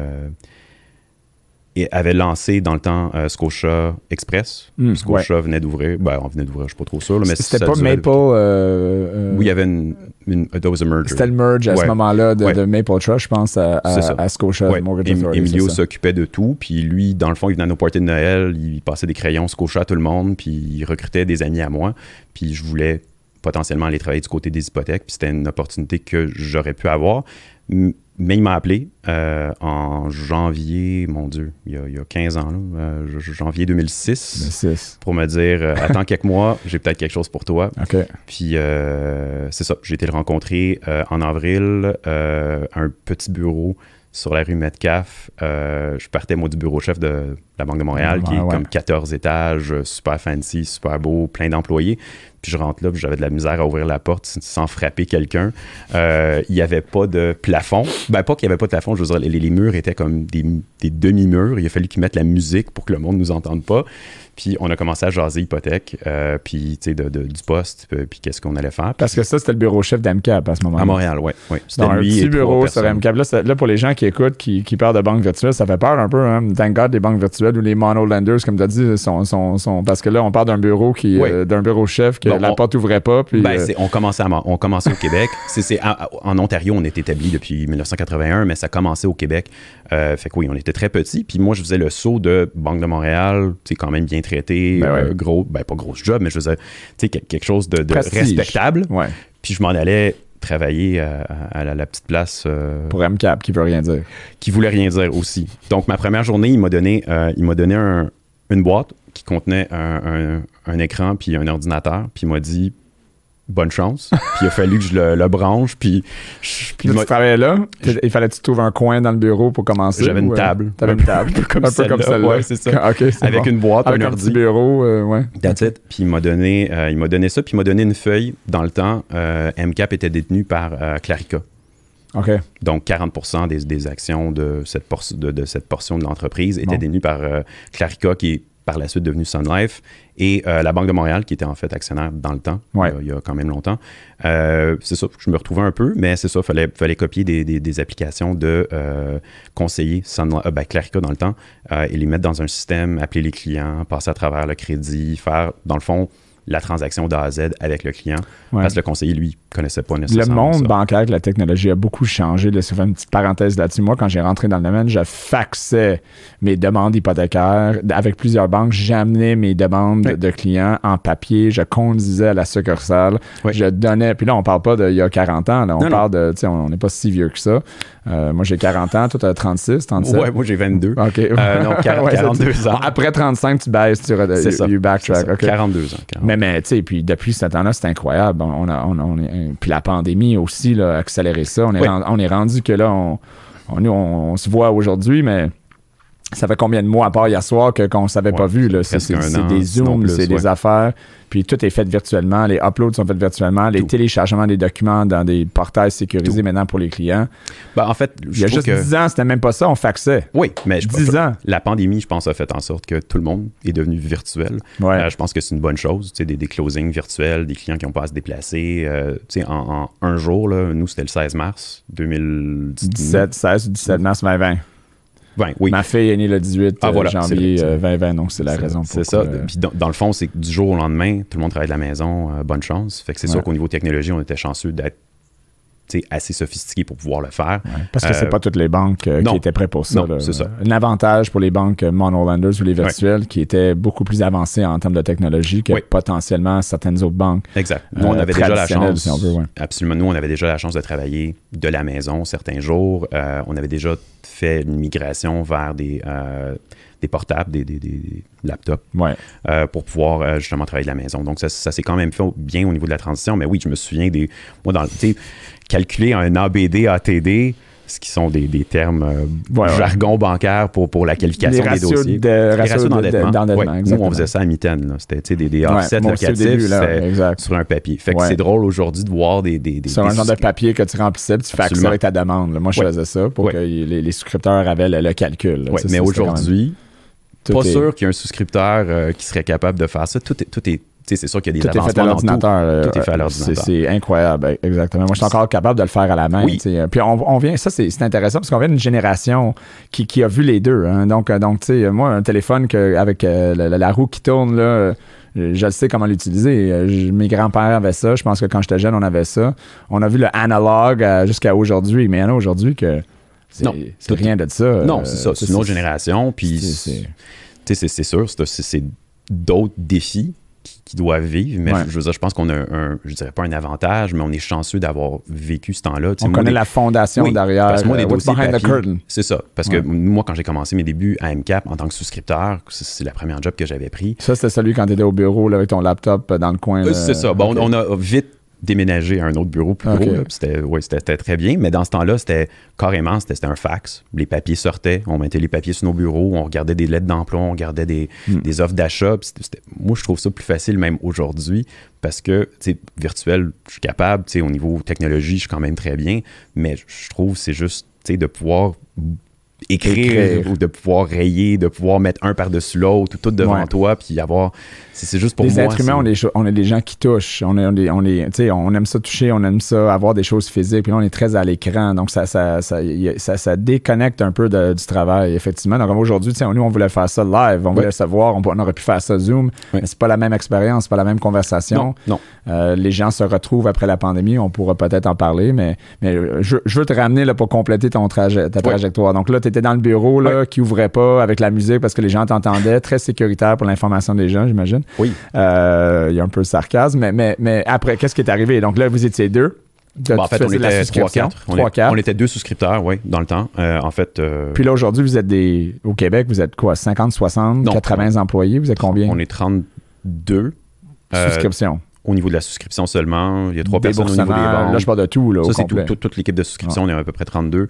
et avait lancé dans le temps Scotia Express. Scotia venait d'ouvrir. On venait d'ouvrir, je ne suis pas trop sûr. Là, mais c'était pas Maple... Oui, il y avait there was a merger. C'était le merge à ce moment-là de Maple Trust, je pense, à Scotia Mortgage Authority. Emilio s'occupait de tout. Puis lui, dans le fond, il venait à nos parties de Noël, il passait des crayons Scotia à tout le monde, puis il recrutait des amis à moi. Puis je voulais potentiellement aller travailler du côté des hypothèques. Puis c'était une opportunité que j'aurais pu avoir. Mais il m'a appelé en janvier, mon Dieu, il y a 15 ans, là, janvier 2006, pour me dire attends quelques mois, j'ai peut-être quelque chose pour toi. Okay. Puis c'est ça, j'ai été le rencontrer en avril, un petit bureau sur la rue Metcalfe. Je partais, moi, du bureau chef de la Banque de Montréal, qui est comme 14 étages, super fancy, super beau, plein d'employés. Puis je rentre là, puis j'avais de la misère à ouvrir la porte sans frapper quelqu'un. Il n'y avait pas de plafond. Ben, pas qu'il n'y avait pas de plafond, je veux dire, les murs étaient comme des demi-murs. Il a fallu qu'ils mettent la musique pour que le monde ne nous entende pas. Puis on a commencé à jaser hypothèque, puis tu sais, du poste, puis qu'est-ce qu'on allait faire. Parce que ça, c'était le bureau chef d'MCAP à ce moment-là. À Montréal, oui. C'était donc, lui un petit et bureau sur personnes. MCAP. Là, pour les gens qui écoutent, qui parlent de banques virtuelles, ça fait peur un peu. Hein? Thank God, les banques virtuelles ou les monolenders, comme tu as dit, sont parce que là, on parle d'un bureau d'un bureau chef que la porte n'ouvrait pas. Puis, on commençait au Québec. En Ontario, on est établi depuis 1981, mais ça commençait au Québec. Fait que oui, on était très petits. Puis moi, je faisais le saut de Banque de Montréal, tu sais, quand même bien traité, gros, pas gros job, mais je faisais, tu sais, quelque chose de respectable. Ouais. Puis je m'en allais travailler à la petite place. Pour MCAP, qui veut rien dire. Qui voulait rien dire aussi. Donc, ma première journée, il m'a donné une boîte qui contenait un écran puis un ordinateur. Puis il m'a dit bonne chance. Puis il a fallu que je le branche. Puis tu travaillais là? Il fallait que tu trouves un coin dans le bureau pour commencer? J'avais une table. T'avais une table. Un peu comme celle-là. Ouais, c'est ça. Okay, c'est avec une boîte, avec un ordi. Petit bureau, ouais. That's it. Puis il m'a donné ça. Puis il m'a donné une feuille. Dans le temps, MCAP était détenu par Clarica. OK. Donc, 40% des actions de cette portion de l'entreprise étaient détenues par Clarica, qui est par la suite devenu Sun Life, et la Banque de Montréal, qui était en fait actionnaire dans le temps, il y a quand même longtemps. C'est ça, je me retrouvais un peu, mais c'est ça, il fallait copier des applications de conseillers Clarica dans le temps, et les mettre dans un système, appeler les clients, passer à travers le crédit, faire, dans le fond, la transaction d'A à Z avec le client. Parce que le conseiller, lui, ne connaissait pas nécessairement le monde ça. bancaire, la technologie a beaucoup changé. Là, si on fait une petite parenthèse là-dessus. Moi, quand j'ai rentré dans le domaine, je faxais mes demandes hypothécaires. Avec plusieurs banques, j'amenais mes demandes de clients en papier. Je conduisais à la succursale. Je donnais... Puis là, on parle pas d'il y a 40 ans. Là, on parle de... Tu sais, on n'est pas si vieux que ça. Moi, j'ai 40 ans. Toi, tu as 36, 37? Ouais, moi, j'ai 22. OK. Non, 42 ans. Bon, après 35, tu baisses. C'est ça. You backtrack. Ça. Okay. 42 ans. 40. Mais tu sais, puis depuis ce temps-là, c'est incroyable. Puis la pandémie aussi là, a accéléré ça. On est rendu que là, on se voit aujourd'hui, mais ça fait combien de mois à part hier soir qu'on ne s'avait pas vu? Là? C'est des Zooms, c'est des affaires. Puis tout est fait virtuellement. Les uploads sont faits virtuellement. Les téléchargements des documents dans des portails sécurisés maintenant pour les clients. En fait, il y a juste 10 ans, c'était même pas ça. On faxait. Oui, mais 10 ans. La pandémie, je pense, a fait en sorte que tout le monde est devenu virtuel. Je pense que c'est une bonne chose. Des closings virtuels, des clients qui n'ont pas à se déplacer. En un jour, là, nous, c'était le 16 mars 2017. 16 ou 17 mars 2020. Oui. Ma fille est née le 18 janvier 2020, donc c'est la raison pour... C'est ça. Puis dans le fond, c'est que du jour au lendemain, tout le monde travaille de la maison, bonne chance. Fait que c'est sûr qu'au niveau technologie, on était chanceux d'être assez sophistiqué pour pouvoir le faire. Parce que c'est pas toutes les banques qui étaient prêtes pour ça. Non, c'est ça. Un avantage pour les banques monolenders ou les virtuelles qui étaient beaucoup plus avancées en termes de technologie que potentiellement certaines autres banques. Exact. Nous, on avait déjà la chance. Si on veut, Absolument. Nous, on avait déjà la chance de travailler de la maison certains jours. On avait déjà fait une migration vers des portables, des laptops pour pouvoir justement travailler de la maison. Donc, ça s'est quand même fait bien au niveau de la transition. Mais oui, je me souviens moi, calculer un ABD, ATD, ce qui sont des termes jargon bancaire pour la qualification des dossiers. Les ratios d'endettement. Nous, on faisait ça à mitaine. C'était des offsets locatifs sur un papier. Fait que c'est drôle aujourd'hui de voir des sur un genre de papier que tu remplissais puis tu faxais avec ta demande. Là. Moi, je faisais ça pour que les souscripteurs avaient le calcul. Mais aujourd'hui, pas sûr qu'il y ait un souscripteur qui serait capable de faire ça. Tout est c'est sûr qu'il y a des avancements. Tout est fait à l'ordinateur. Tout est fait à l'ordinateur. C'est incroyable, exactement. Moi, je suis encore capable de le faire à la main. Puis on vient, ça c'est intéressant parce qu'on vient d'une génération qui a vu les deux. Hein. Donc tu sais, moi, un téléphone avec la roue qui tourne, là, je sais comment l'utiliser. Mes grands-pères avaient ça. Je pense que quand j'étais jeune, on avait ça. On a vu le analogue jusqu'à aujourd'hui. Mais il y en a aujourd'hui que c'est rien de ça. Non, c'est ça. C'est une autre génération. Puis c'est sûr, c'est d'autres défis qui doivent vivre, mais je veux dire, je pense qu'on a je dirais pas un avantage, mais on est chanceux d'avoir vécu ce temps-là. On connaît la fondation derrière. Parce que moi, des dossiers behind the curtain. C'est ça. Parce que moi, quand j'ai commencé mes débuts à MCAP en tant que souscripteur, c'est la première job que j'avais pris. Ça, c'était celui quand tu étais au bureau là, avec ton laptop dans le coin. C'est ça. Bon, on a vite déménager à un autre bureau plus gros. Là, c'était très bien. Mais dans ce temps-là, c'était un fax. Les papiers sortaient. On mettait les papiers sur nos bureaux. On regardait des lettres d'emploi. On regardait des offres d'achat. Moi, je trouve ça plus facile même aujourd'hui parce que, tu sais, virtuel, je suis capable. Tu sais, au niveau technologie, je suis quand même très bien. Mais je trouve que c'est juste, tu sais, de pouvoir écrire ou de pouvoir rayer, de pouvoir mettre un par-dessus l'autre, tout devant toi, puis avoir... C'est juste pour moi... Les êtres humains, on est des gens qui touchent. On aime ça toucher, on aime ça avoir des choses physiques, puis là, on est très à l'écran. Donc, ça déconnecte un peu du travail, effectivement. Donc, aujourd'hui, nous, on voulait faire ça live, on voulait savoir, on aurait pu faire ça Zoom, mais c'est pas la même expérience, c'est pas la même conversation. Non. Les gens se retrouvent après la pandémie, on pourra peut-être en parler, mais je veux te ramener là, pour compléter ta trajectoire. Donc là, tu étais dans le bureau là, qui ouvrait pas avec la musique parce que les gens t'entendaient, très sécuritaire pour l'information des gens, j'imagine. Oui. Il y a un peu de sarcasme, mais après, qu'est-ce qui est arrivé? Donc là, vous étiez deux. En fait, on était 3-4. On était 2 souscripteurs, oui, dans le temps. Puis là, aujourd'hui, vous êtes au Québec, vous êtes quoi? 50, 60, 80 employés? Vous êtes combien? On est 32. Souscription. Au niveau de la souscription seulement, il y a 3 personnes au niveau des banques. Là, je parle de tout. Là, ça, c'est toute l'équipe de souscription. On est à peu près 32.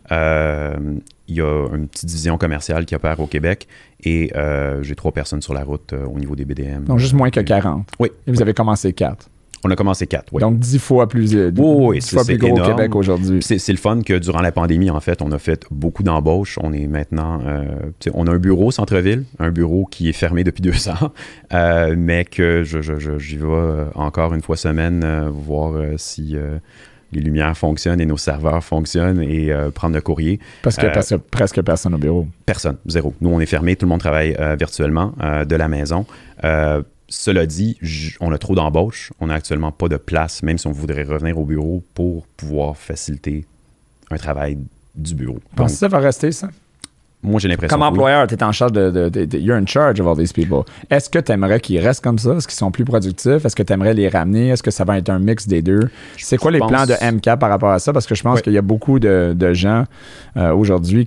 Il y a une petite division commerciale qui opère au Québec et j'ai 3 personnes sur la route au niveau des BDM. Donc, juste moins que 40. Oui. Et vous avez commencé 4. On a commencé 4, oui. Donc, 10 fois plus, 10 fois plus gros énorme. au Québec aujourd'hui. C'est le fun que durant la pandémie, en fait, on a fait beaucoup d'embauches. On est maintenant... on a un bureau centre-ville, un bureau qui est fermé depuis 2 ans, mais que j'y vais encore une fois semaine voir si... les lumières fonctionnent et nos serveurs fonctionnent et prendre le courrier. Parce que presque personne au bureau. Personne, zéro. Nous, on est fermé, tout le monde travaille virtuellement de la maison. Cela dit, on a trop d'embauches. On n'a actuellement pas de place, même si on voudrait revenir au bureau pour pouvoir faciliter un travail du bureau. Penses-tu que ça va rester, ça? Moi, j'ai l'impression. Comme employeur, tu es en charge you're in charge of all these people. Est-ce que tu aimerais qu'ils restent comme ça? Est-ce qu'ils sont plus productifs? Est-ce que tu aimerais les ramener? Est-ce que ça va être un mix des deux? C'est quoi les plans de MCAP par rapport à ça? Parce que je pense qu'il y a beaucoup de gens aujourd'hui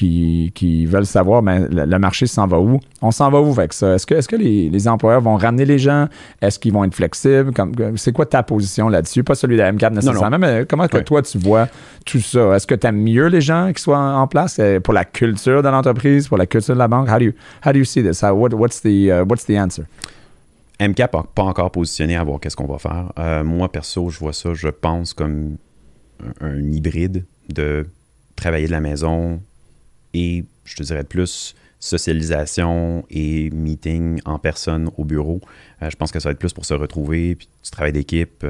qui veulent savoir le marché s'en va où? On s'en va où avec ça? Est-ce que les employeurs vont ramener les gens? Est-ce qu'ils vont être flexibles? C'est quoi ta position là-dessus? Pas celui de MCAP nécessairement, mais comment que toi tu vois tout ça? Est-ce que tu aimes mieux les gens qui soient en place pour la culture de l'entreprise, pour la culture de la banque? How do you see this? What's the answer? MCAP n'a pas encore positionné à voir qu'est-ce qu'on va faire. Moi, perso, je vois ça, je pense, comme un hybride de travailler de la maison et, je te dirais, plus socialisation et meeting en personne au bureau. Je pense que ça va être plus pour se retrouver, puis du travail d'équipe,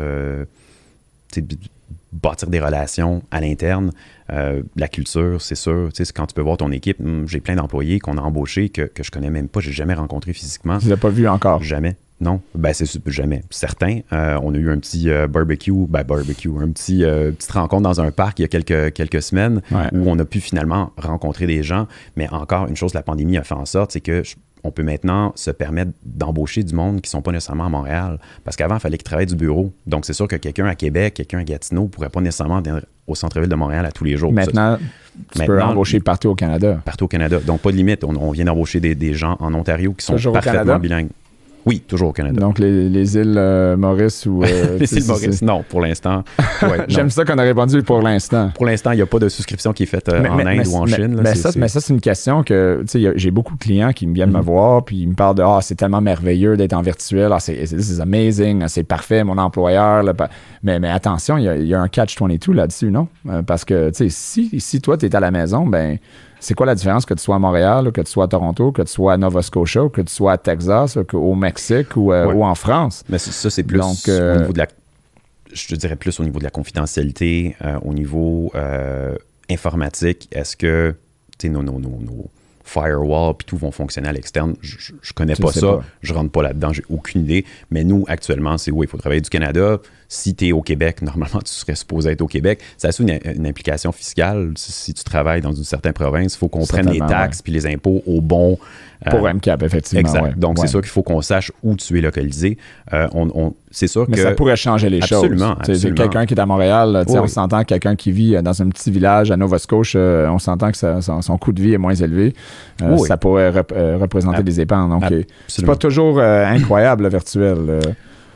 bâtir des relations à l'interne. La culture, c'est sûr. Quand tu peux voir ton équipe, j'ai plein d'employés qu'on a embauchés que je connais même pas, j'ai jamais rencontré physiquement. Tu l'as pas vu encore? Jamais. Non, c'est jamais. Certains, on a eu un petit barbecue, petite rencontre dans un parc il y a quelques semaines où on a pu finalement rencontrer des gens. Mais encore, une chose, la pandémie a fait en sorte, c'est que on peut maintenant se permettre d'embaucher du monde qui ne sont pas nécessairement à Montréal. Parce qu'avant, il fallait qu'ils travaillent du bureau. Donc, c'est sûr que quelqu'un à Québec, quelqu'un à Gatineau ne pourrait pas nécessairement venir au centre-ville de Montréal à tous les jours. Maintenant, tu peux embaucher partout au Canada. Partout au Canada. Donc, pas de limite. On vient d'embaucher des gens en Ontario qui sont parfaitement bilingues. Oui, toujours au Canada. Donc, les îles Maurice ou... les îles Maurice, non, pour l'instant. J'aime ça qu'on a répondu pour l'instant. Pour l'instant, il n'y a pas de souscription qui est faite en Inde ou en Chine. Mais ça, c'est une question que, tu sais, j'ai beaucoup de clients qui viennent me voir, puis ils me parlent de « Ah, c'est tellement merveilleux d'être en virtuel. Ah, this is amazing. C'est parfait, mon employeur. » Mais attention, il y a un catch-22 là-dessus, non? Parce que, tu sais, si toi, tu es à la maison, ben... C'est quoi la différence que tu sois à Montréal, que tu sois à Toronto, que tu sois à Nova Scotia, que tu sois à Texas, au Mexique ou en France? Mais ça, c'est plus au niveau de je te dirais plus au niveau de la confidentialité, au niveau informatique. Est-ce que nos firewalls puis tout vont fonctionner à l'externe? Je connais pas ça. Je rentre pas là-dedans. J'ai aucune idée. Mais nous, actuellement, il faut travailler du Canada. Si tu es au Québec, normalement, tu serais supposé être au Québec. Ça a une implication fiscale. Si tu travailles dans une certaine province, il faut qu'on prenne les taxes puis les impôts au bon... Pour MCAP, effectivement. Exact. Ouais. Donc, c'est sûr qu'il faut qu'on sache où tu es localisé. C'est sûr mais ça pourrait changer les choses. Absolument. Quelqu'un qui est à Montréal, on s'entend que quelqu'un qui vit dans un petit village à Nova Scotia, on s'entend que son coût de vie est moins élevé. Ça pourrait représenter des épargnes. Donc, c'est pas toujours incroyable, le virtuel.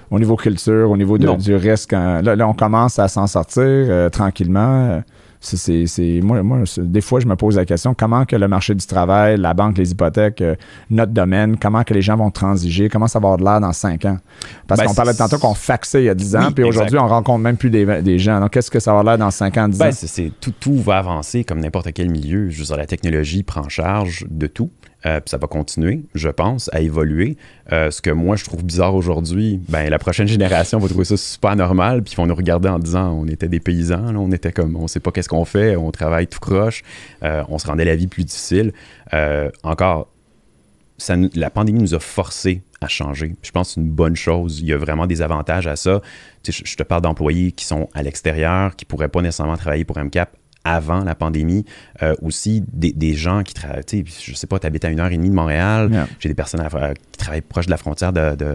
au niveau culture, au niveau du risque. Là, on commence à s'en sortir tranquillement. Moi, des fois, je me pose la question, comment que le marché du travail, la banque, les hypothèques, notre domaine, comment que les gens vont transiger, comment ça va avoir de l'air dans 5 ans? Parce qu'on parlait tantôt qu'on faxait il y a 10 ans, puis aujourd'hui, on rencontre même plus des gens. Donc, qu'est-ce que ça va avoir l'air dans 5 ans, 10 ans? Tout va avancer comme n'importe quel milieu. Je veux dire, la technologie prend charge de tout. Puis ça va continuer, je pense, à évoluer. Ce que moi, je trouve bizarre aujourd'hui, la prochaine génération va trouver ça super normal, puis ils vont nous regarder en disant on était des paysans, là, on était comme, on sait pas qu'est-ce qu'on fait, on travaille tout croche, on se rendait la vie plus difficile. Encore, la pandémie nous a forcés à changer. Puis je pense que c'est une bonne chose. Il y a vraiment des avantages à ça. Tu sais, je te parle d'employés qui sont à l'extérieur, qui pourraient pas nécessairement travailler pour MCAP avant la pandémie, aussi des gens qui travaillent, tu sais, je sais pas, tu habites à 1h30 de Montréal, j'ai des personnes qui travaillent proche de la frontière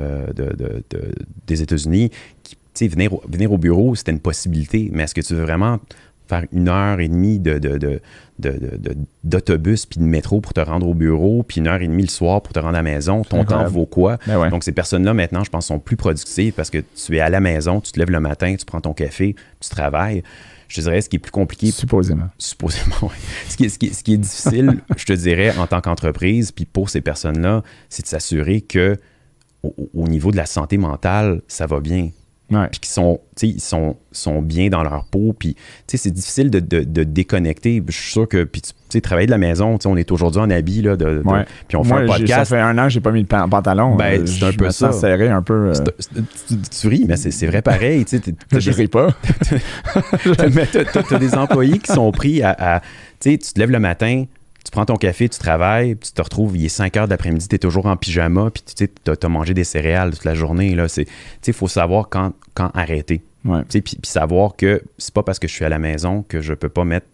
des États-Unis, qui, tu sais, venir au bureau, c'était une possibilité, mais est-ce que tu veux vraiment faire 1h30 d'autobus puis de métro pour te rendre au bureau, puis 1h30 le soir pour te rendre à la maison, ton temps vaut quoi? Ouais. Donc, ces personnes-là, maintenant, je pense, sont plus productives parce que tu es à la maison, tu te lèves le matin, tu prends ton café, tu travailles. Je te dirais, ce qui est plus compliqué... Supposément, oui. Ce qui est difficile, je te dirais, en tant qu'entreprise, puis pour ces personnes-là, c'est de s'assurer que au niveau de la santé mentale, ça va bien. Ouais. Puis qu'ils sont bien dans leur peau. Puis, c'est difficile de déconnecter. Je suis sûr que, puis travailler de la maison, on est aujourd'hui en habit, là, puis on fait un podcast. Ça fait 1 an que j'ai pas mis de pantalon. C'est un peu ça. Je me sens serré un peu. Tu ris, mais c'est vrai pareil. Je ris pas. Mais t'as des employés qui sont pris à tu te lèves le matin, tu prends ton café, tu travailles, puis tu te retrouves, il est 5 heures d'après-midi, tu es toujours en pyjama, puis tu as mangé des céréales toute la journée. Il faut savoir quand arrêter. Ouais. Puis savoir que c'est pas parce que je suis à la maison que je peux pas mettre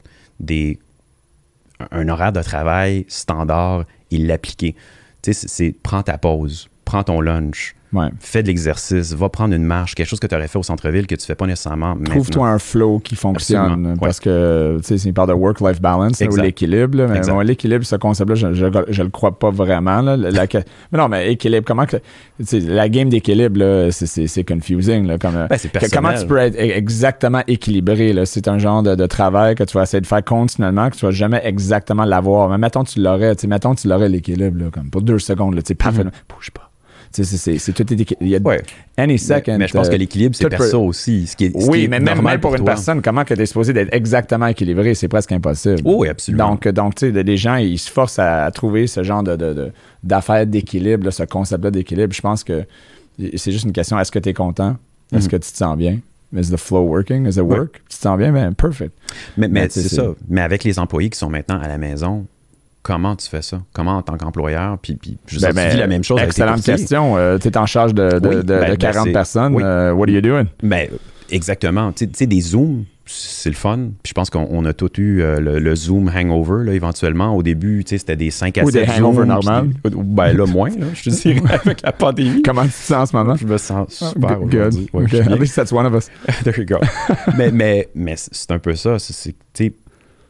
un horaire de travail standard et l'appliquer. Prends ta pause, prends ton lunch. Ouais. Fais de l'exercice, va prendre une marche, quelque chose que tu aurais fait au centre-ville que tu fais pas nécessairement maintenant. Trouve-toi un flow qui fonctionne. Absolument. Parce que, tu sais, il parle de work-life balance, là, ou l'équilibre. Mais bon, l'équilibre, ce concept-là, je le crois pas vraiment. Là. Mais non, mais équilibre, comment que... La game d'équilibre, là, c'est confusing. Là, comment tu peux être exactement équilibré? Là? C'est un genre de travail que tu vas essayer de faire continuellement, que tu vas jamais exactement l'avoir. Mais mettons, tu l'aurais l'équilibre, là, comme pour 2 secondes, là, parfaitement. Bouge pas. C'est tout il y a any second. Mais je pense que l'équilibre, c'est perso aussi. Ce qui est mais normal même pour une personne, comment que tu es supposé d'être exactement équilibré, c'est presque impossible. Oui, absolument. Donc tu sais, les gens, ils se forcent à trouver ce genre d'affaires d'équilibre, là, ce concept-là d'équilibre. Je pense que c'est juste une question, est-ce que tu es content? Est-ce que tu te sens bien? Is the flow working? Is it work? Tu te sens bien? Ben, perfect. Mais c'est ça. Mais avec les employés qui sont maintenant à la maison, comment tu fais ça? Comment en tant qu'employeur? Puis je sais que tu vis la même chose avec tes courtiers. Excellente question. Tu es en charge de 40 personnes. What are you doing? Exactement. Tu sais, des Zooms, c'est le fun. Puis je pense qu'on a tous eu le Zoom hangover, là, éventuellement. Au début, tu sais, c'était des 5 à 7 Zooms. Ou des hangovers normales. Là, moins, là, je te dirais, avec la pandémie. Comment tu te sens en ce moment? Je me sens super aujourd'hui. Good. Okay. At least that's one of us. There you go. mais c'est un peu ça. C'est tu sais,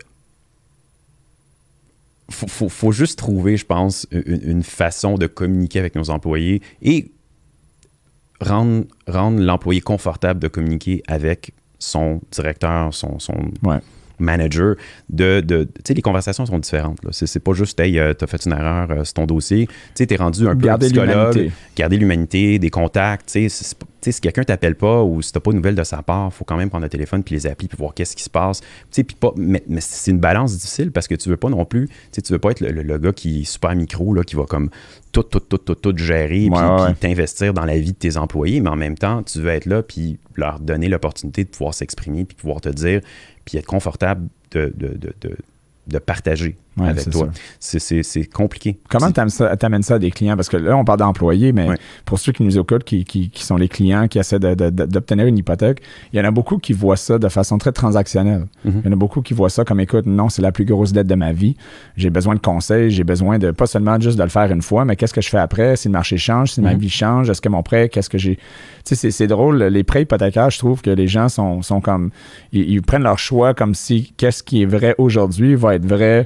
faut juste trouver, je pense, une façon de communiquer avec nos employés et rendre l'employé confortable de communiquer avec son directeur, son manager. Tu sais, les conversations sont différentes. Là. C'est pas juste « Hey, t'as fait une erreur, c'est ton dossier ». Tu sais, t'es rendu un peu psychologue. Garder l'humanité, des contacts. Tu sais, si quelqu'un t'appelle pas ou si t'as pas de nouvelles de sa part, faut quand même prendre le téléphone puis les appeler puis voir qu'est-ce qui se passe. Tu sais, mais c'est une balance difficile parce que tu veux pas non plus, tu sais, tu veux pas être le gars qui est super micro, là, qui va comme tout gérer puis t'investir dans la vie de tes employés, mais en même temps, tu veux être là puis leur donner l'opportunité de pouvoir s'exprimer puis pouvoir te dire puis être confortable de partager avec toi. C'est compliqué. Comment t'amènes ça à des clients? Parce que là, on parle d'employés, mais pour ceux qui nous écoutent, qui sont les clients, qui essaient d'obtenir une hypothèque, il y en a beaucoup qui voient ça de façon très transactionnelle. Il y en a beaucoup qui voient ça comme, écoute, non, c'est la plus grosse dette de ma vie. J'ai besoin de conseils, j'ai besoin de, pas seulement juste de le faire une fois, mais qu'est-ce que je fais après? Si le marché change, si ma vie change, est-ce que mon prêt, qu'est-ce que j'ai... Tu sais, c'est drôle, les prêts hypothécaires, je trouve que les gens sont comme... Ils prennent leur choix comme si qu'est-ce qui est vrai aujourd'hui va être vrai le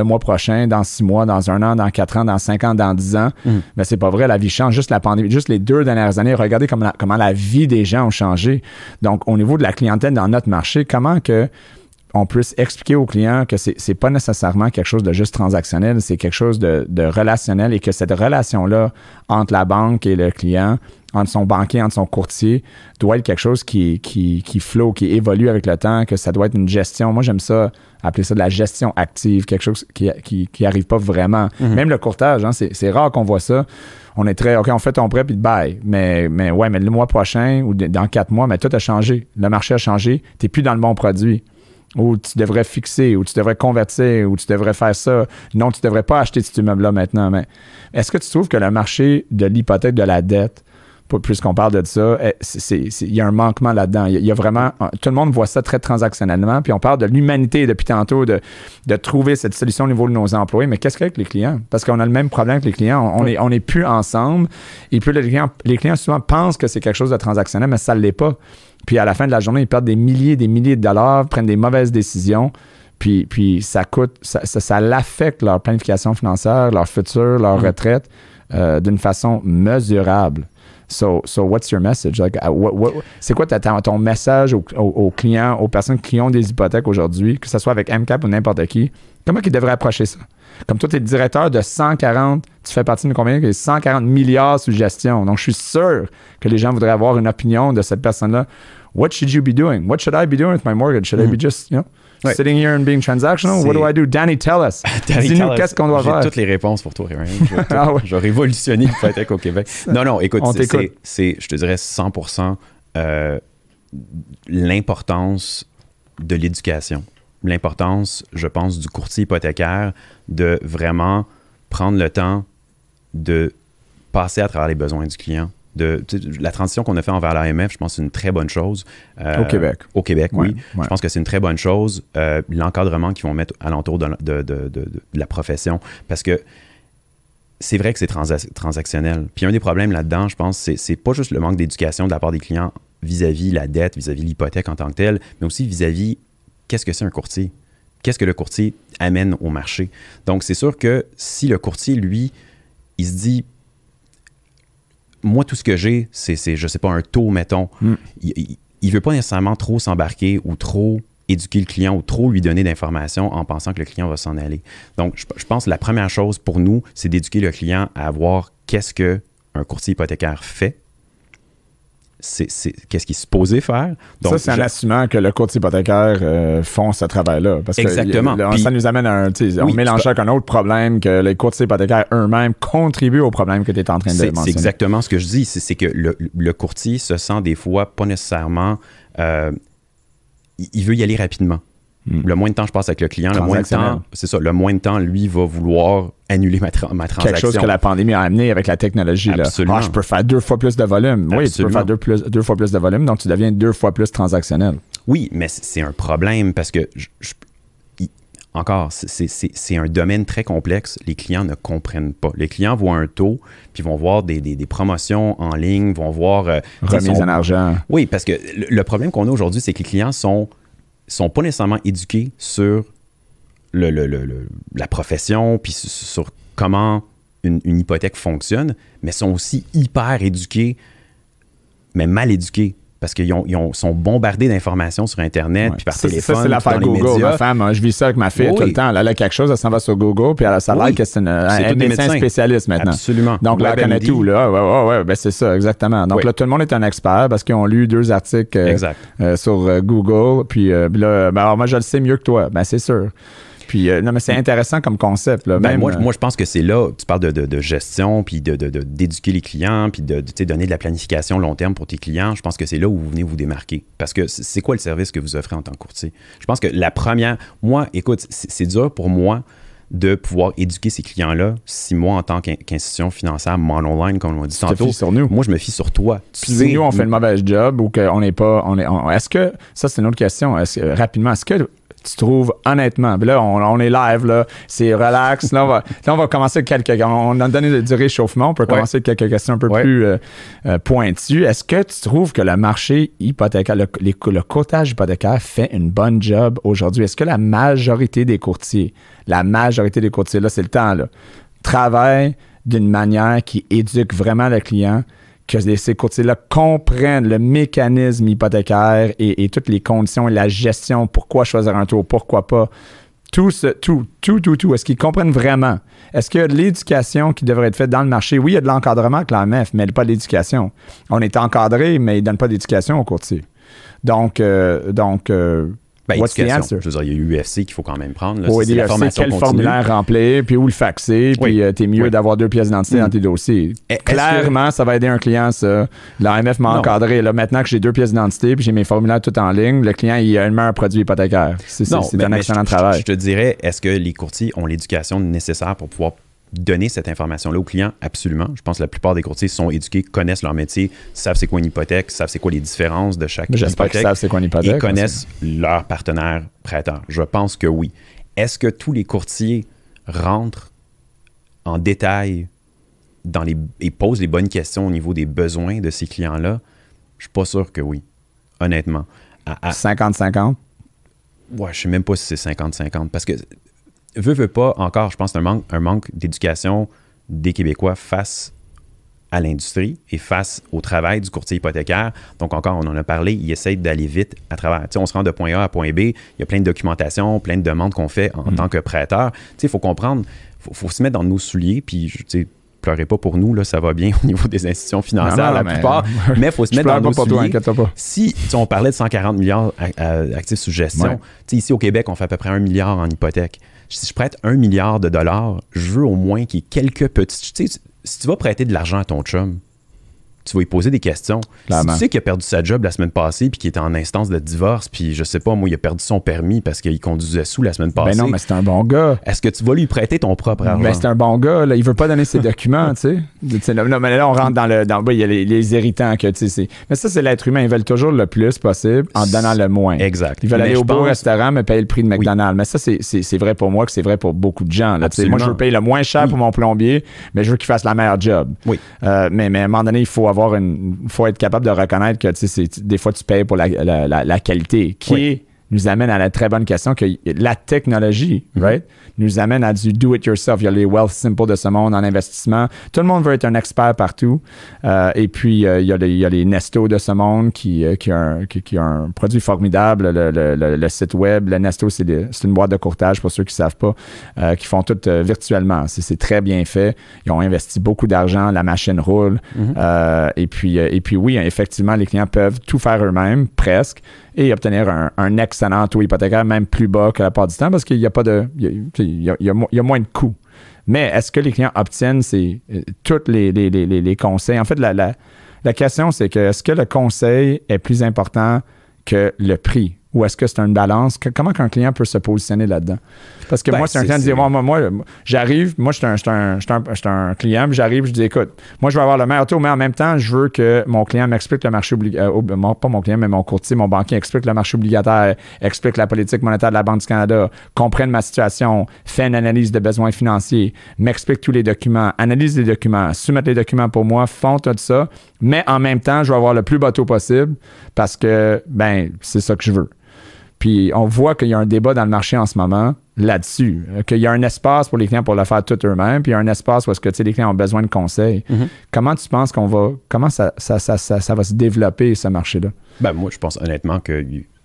mois prochain, dans 6 mois, dans 1 an, dans 4 ans, dans 5 ans, dans 10 ans. Mais c'est pas vrai, la vie change. Juste la pandémie, juste les 2 dernières années, regardez comment la vie des gens ont changé. Donc, au niveau de la clientèle dans notre marché, comment que on puisse expliquer aux clients que c'est pas nécessairement quelque chose de juste transactionnel, c'est quelque chose de relationnel et que cette relation-là entre la banque et le client, entre son banquier, entre son courtier, doit être quelque chose qui flow, qui évolue avec le temps, que ça doit être une gestion. Moi, j'aime ça, appeler ça de la gestion active, quelque chose qui arrive pas vraiment. Même le courtage, hein, c'est rare qu'on voit ça. On est très, OK, on fait ton prêt, puis bye. Mais le mois prochain ou dans 4 mois, mais tout a changé. Le marché a changé. Tu n'es plus dans le bon produit. Ou tu devrais fixer, ou tu devrais convertir, ou tu devrais faire ça. Non, tu ne devrais pas acheter cet immeuble-là maintenant. Mais est-ce que tu trouves que le marché de l'hypothèque, de la dette, puisqu'on parle de ça, il y a un manquement là-dedans. Il y a vraiment... Tout le monde voit ça très transactionnellement, puis on parle de l'humanité depuis tantôt, de trouver cette solution au niveau de nos employés. Mais qu'est-ce qu'il y a avec les clients? Parce qu'on a le même problème que les clients. On est plus ensemble. Et puis les clients souvent pensent que c'est quelque chose de transactionnel, mais ça ne l'est pas. Puis à la fin de la journée, ils perdent des milliers de dollars, prennent des mauvaises décisions. Puis ça coûte, ça l'affecte leur planification financière, leur futur, leur retraite d'une façon mesurable. So what's your message? Like, c'est quoi ton message aux clients, aux personnes qui ont des hypothèques aujourd'hui, que ce soit avec MCAP ou n'importe qui? Comment ils devraient approcher ça? Comme toi, tu es directeur de 140, tu fais partie de combien? 140 milliards sous gestion. Donc, je suis sûr que les gens voudraient avoir une opinion de cette personne-là. What should you be doing? What should I be doing with my mortgage? Should I be just, sitting here and being transactional? What do I do? Danny, tell us. Dis-nous qu'est-ce qu'on doit faire. J'ai toutes les réponses pour toi, Raymond. Je vais révolutionner l'hypothèque au Québec. Non, écoute, c'est, je te dirais 100% l'importance de l'éducation. L'importance, je pense, du courtier hypothécaire de vraiment prendre le temps de passer à travers les besoins du client. La transition qu'on a fait envers l'AMF, je pense que c'est une très bonne chose. Au Québec. Au Québec, oui. Je pense que c'est une très bonne chose. L'encadrement qu'ils vont mettre alentour de la profession, parce que c'est vrai que c'est transactionnel. Puis un des problèmes là-dedans, je pense, c'est pas juste le manque d'éducation de la part des clients vis-à-vis la dette, vis-à-vis l'hypothèque en tant que telle, mais aussi vis-à-vis qu'est-ce que c'est un courtier? Qu'est-ce que le courtier amène au marché? Donc, c'est sûr que si le courtier, lui, il se dit, moi, tout ce que j'ai, c'est je sais pas, un taux, mettons. Il veut pas nécessairement trop s'embarquer ou trop éduquer le client ou trop lui donner d'informations en pensant que le client va s'en aller. Donc, je pense que la première chose pour nous, c'est d'éduquer le client à voir qu'est-ce qu'un courtier hypothécaire fait. Qu'est-ce qu'il est supposé faire. Donc, ça, c'est un assumant que le courtier hypothécaire font ce travail-là. Parce exactement. Que ça nous amène à on mélange ça avec un autre problème, que les courtiers hypothécaires eux-mêmes contribuent au problème que tu es en train de mentionner. C'est exactement ce que je dis. C'est que le courtier se sent des fois pas nécessairement... il veut y aller rapidement. Le moins de temps je passe avec le client, le moins de temps, lui, va vouloir annuler ma transaction. Quelque chose que la pandémie a amené avec la technologie. Absolument. Là. Je peux faire 2 fois plus de volume. Absolument. Oui, tu peux faire 2 fois plus de volume, donc tu deviens 2 fois plus transactionnel. Oui, mais c'est un problème parce que, encore, c'est un domaine très complexe. Les clients ne comprennent pas. Les clients voient un taux, puis vont voir des promotions en ligne, vont voir... remise en argent. Oui, parce que le problème qu'on a aujourd'hui, c'est que les clients sont pas nécessairement éduqués sur la profession, puis sur comment une hypothèque fonctionne, mais sont aussi hyper éduqués, mais mal éduqués. Parce qu'ils sont bombardés d'informations sur Internet, puis par téléphone, ça, c'est l'affaire dans les Google. médias. Ma femme, je vis ça avec ma fille tout le temps. Elle a quelque chose, elle s'en va sur Google, puis ça a l'air que c'est un médecin spécialiste maintenant. Absolument. Donc là, elle connaît tout. Là. Ouais, c'est ça, exactement. Donc là, tout le monde est un expert parce qu'ils ont lu 2 articles sur Google. Puis là, alors moi, je le sais mieux que toi. Ben, c'est sûr. Puis, non, mais c'est intéressant comme concept. Là. Moi, je pense que c'est là, tu parles de gestion, puis d'éduquer les clients, puis de donner de la planification long terme pour tes clients. Je pense que c'est là où vous venez vous démarquer. Parce que c'est quoi le service que vous offrez en tant que courtier? Je pense que la première... Moi, écoute, c'est dur pour moi de pouvoir éduquer ces clients-là si moi, en tant qu'institution financière monoline, comme on dit tantôt, sur nous. Moi, je me fie sur toi. Si nous, on fait le mauvais job ou qu'on n'est pas... Est-ce que... Ça, c'est une autre question. Rapidement, est-ce que tu trouves honnêtement? Puis là, on est live, là, c'est relax. Là, on va commencer on a donné du réchauffement, on peut commencer avec quelques questions un peu plus pointues. Est-ce que tu trouves que le marché hypothécaire, le courtage hypothécaire fait une bonne job aujourd'hui? Est-ce que la majorité des courtiers, là, c'est le temps, là, travaillent d'une manière qui éduque vraiment le client, que ces courtiers-là comprennent le mécanisme hypothécaire et toutes les conditions et la gestion, pourquoi choisir un taux, pourquoi pas, tout, est-ce qu'ils comprennent vraiment? Est-ce qu'il y a de l'éducation qui devrait être faite dans le marché? Oui, il y a de l'encadrement avec l'AMF, mais pas de l'éducation. On est encadré, mais ils ne donnent pas d'éducation aux courtiers. Donc what's the answer? Je veux dire, il y a eu UFC qu'il faut quand même prendre. Là, oui, c'est la formation quel formulaire remplir, puis où le faxer, puis t'es mieux d'avoir 2 pièces d'identité dans tes dossiers. Clairement, ça va aider un client, ça. L'AMF m'a encadré. Là, maintenant que j'ai 2 pièces d'identité, puis j'ai mes formulaires tout en ligne, le client, il a un meilleur produit hypothécaire. C'est un excellent travail. Je te dirais, est-ce que les courtiers ont l'éducation nécessaire pour pouvoir donner cette information-là aux clients? Absolument. Je pense que la plupart des courtiers sont éduqués, connaissent leur métier, savent c'est quoi une hypothèque, savent c'est quoi les différences de chaque hypothèque. Qu'ils savent c'est quoi une hypothèque. Et connaissent leur partenaire prêteur. Je pense que oui. Est-ce que tous les courtiers rentrent en détail et posent les bonnes questions au niveau des besoins de ces clients-là? Je suis pas sûr que oui, honnêtement. 50-50? Ouais, je sais même pas si c'est 50-50, parce que veut pas, encore, je pense que c'est un manque d'éducation des Québécois face à l'industrie et face au travail du courtier hypothécaire. Donc encore, on en a parlé, ils essayent d'aller vite à travers. Tu sais, on se rend de point A à point B, il y a plein de documentation, plein de demandes qu'on fait en tant que prêteur. Tu sais, il faut comprendre, faut se mettre dans nos souliers, puis tu sais, pleurez pas pour nous, là, ça va bien au niveau des institutions financières, la plupart, mais il faut se mettre dans nos souliers. Si on parlait de 140 milliards actifs sous gestion, tu sais, ici au Québec, on fait à peu près 1 milliard en hypothèque. Si je prête 1 milliard de dollars, je veux au moins qu'il y ait quelques petites... Tu sais, si tu vas prêter de l'argent à ton chum, tu vas lui poser des questions. Clairement. Si tu sais qu'il a perdu sa job la semaine passée puis qu'il est en instance de divorce, puis je sais pas, moi, il a perdu son permis parce qu'il conduisait sous la semaine passée. Ben non, mais c'est un bon gars. Est-ce que tu vas lui prêter ton propre argent? Ben c'est un bon gars, là. Il veut pas donner ses documents, tu sais. Non, mais là, on rentre il y a les irritants que, tu sais, mais ça, c'est l'être humain. Ils veulent toujours le plus possible en donnant le moins. Exact. Ils veulent aller au beau restaurant, mais payer le prix de McDonald's. Mais ça, c'est vrai pour moi que c'est vrai pour beaucoup de gens, là. Moi, je veux payer le moins cher pour mon plombier, mais je veux qu'il fasse la meilleure job. Oui. Mais à un moment donné, il faut être capable de reconnaître que des fois tu payes pour la qualité qui nous amène à la très bonne question que la technologie right, nous amène à du do-it-yourself. Il y a les Wealth Simple de ce monde en investissement. Tout le monde veut être un expert partout. Et puis, il y a les Nesto de ce monde qui a un produit formidable, le site web. Le Nesto, c'est une boîte de courtage pour ceux qui ne savent pas, qui font tout virtuellement. C'est très bien fait. Ils ont investi beaucoup d'argent. La machine roule. Et puis, oui, effectivement, les clients peuvent tout faire eux-mêmes, presque, et obtenir un excellent taux hypothécaire, même plus bas que la part du temps, parce qu'il n'y a pas de... Il y a moins de coûts. Mais est-ce que les clients obtiennent tous les conseils? En fait, la question, c'est que est-ce que le conseil est plus important que le prix? Ou est-ce que c'est une balance? Comment qu'un client peut se positionner là-dedans? Parce que moi, c'est un client qui dit, moi j'arrive, moi, je suis un client, puis j'arrive, je dis, écoute, moi, je veux avoir le meilleur taux, mais en même temps, je veux que mon client m'explique le marché obligataire, pas mon client, mais mon courtier, mon banquier explique le marché obligataire, explique la politique monétaire de la Banque du Canada, comprenne ma situation, fait une analyse de besoins financiers, m'explique tous les documents, analyse les documents, soumettre les documents pour moi, font tout ça, mais en même temps, je veux avoir le plus bas taux possible parce que, c'est ça que je veux. Puis on voit qu'il y a un débat dans le marché en ce moment là-dessus, qu'il y a un espace pour les clients pour le faire tout eux-mêmes, puis il y a un espace où est-ce que les clients ont besoin de conseils. Comment tu penses comment ça va se développer, ce marché-là? Moi, je pense honnêtement que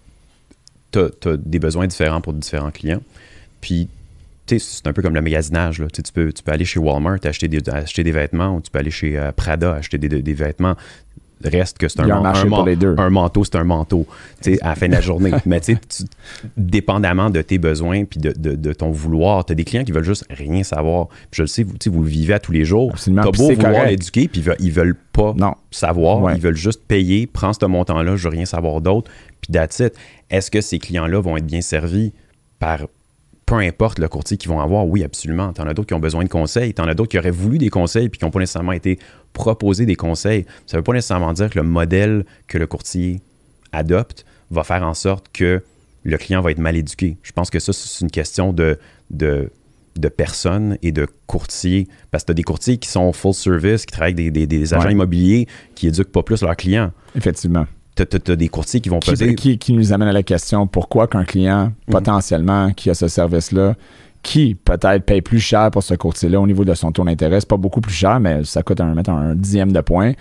tu as des besoins différents pour différents clients. Puis, tu sais, c'est un peu comme le magasinage, là. Tu peux aller chez Walmart acheter des vêtements, ou tu peux aller chez Prada acheter des vêtements. Reste que c'est un manteau, c'est un manteau, tu sais, à la fin de la journée. Mais tu sais, dépendamment de tes besoins puis de ton vouloir, tu as des clients qui veulent juste rien savoir. Puis je le sais, vous le vivez à tous les jours. Tu as beau vouloir l'éduquer, puis ils veulent pas savoir. Ouais. Ils veulent juste payer, prends ce montant-là, je veux rien savoir d'autre, puis that's it. Est-ce que ces clients-là vont être bien servis par... Peu importe le courtier qu'ils vont avoir, oui, absolument. T'en as d'autres qui ont besoin de conseils. T'en as d'autres qui auraient voulu des conseils puis qui n'ont pas nécessairement été proposés des conseils. Ça ne veut pas nécessairement dire que le modèle que le courtier adopte va faire en sorte que le client va être mal éduqué. Je pense que ça, c'est une question de personnes et de courtiers. Parce que tu as des courtiers qui sont full service, qui travaillent avec des agents immobiliers qui éduquent pas plus leurs clients. Effectivement. Tu as des courtiers qui vont peser... Qui nous amène à la question, pourquoi qu'un client, potentiellement, qui a ce service-là, qui peut-être paye plus cher pour ce courtier-là au niveau de son taux d'intérêt, c'est pas beaucoup plus cher, mais ça coûte un dixième de point.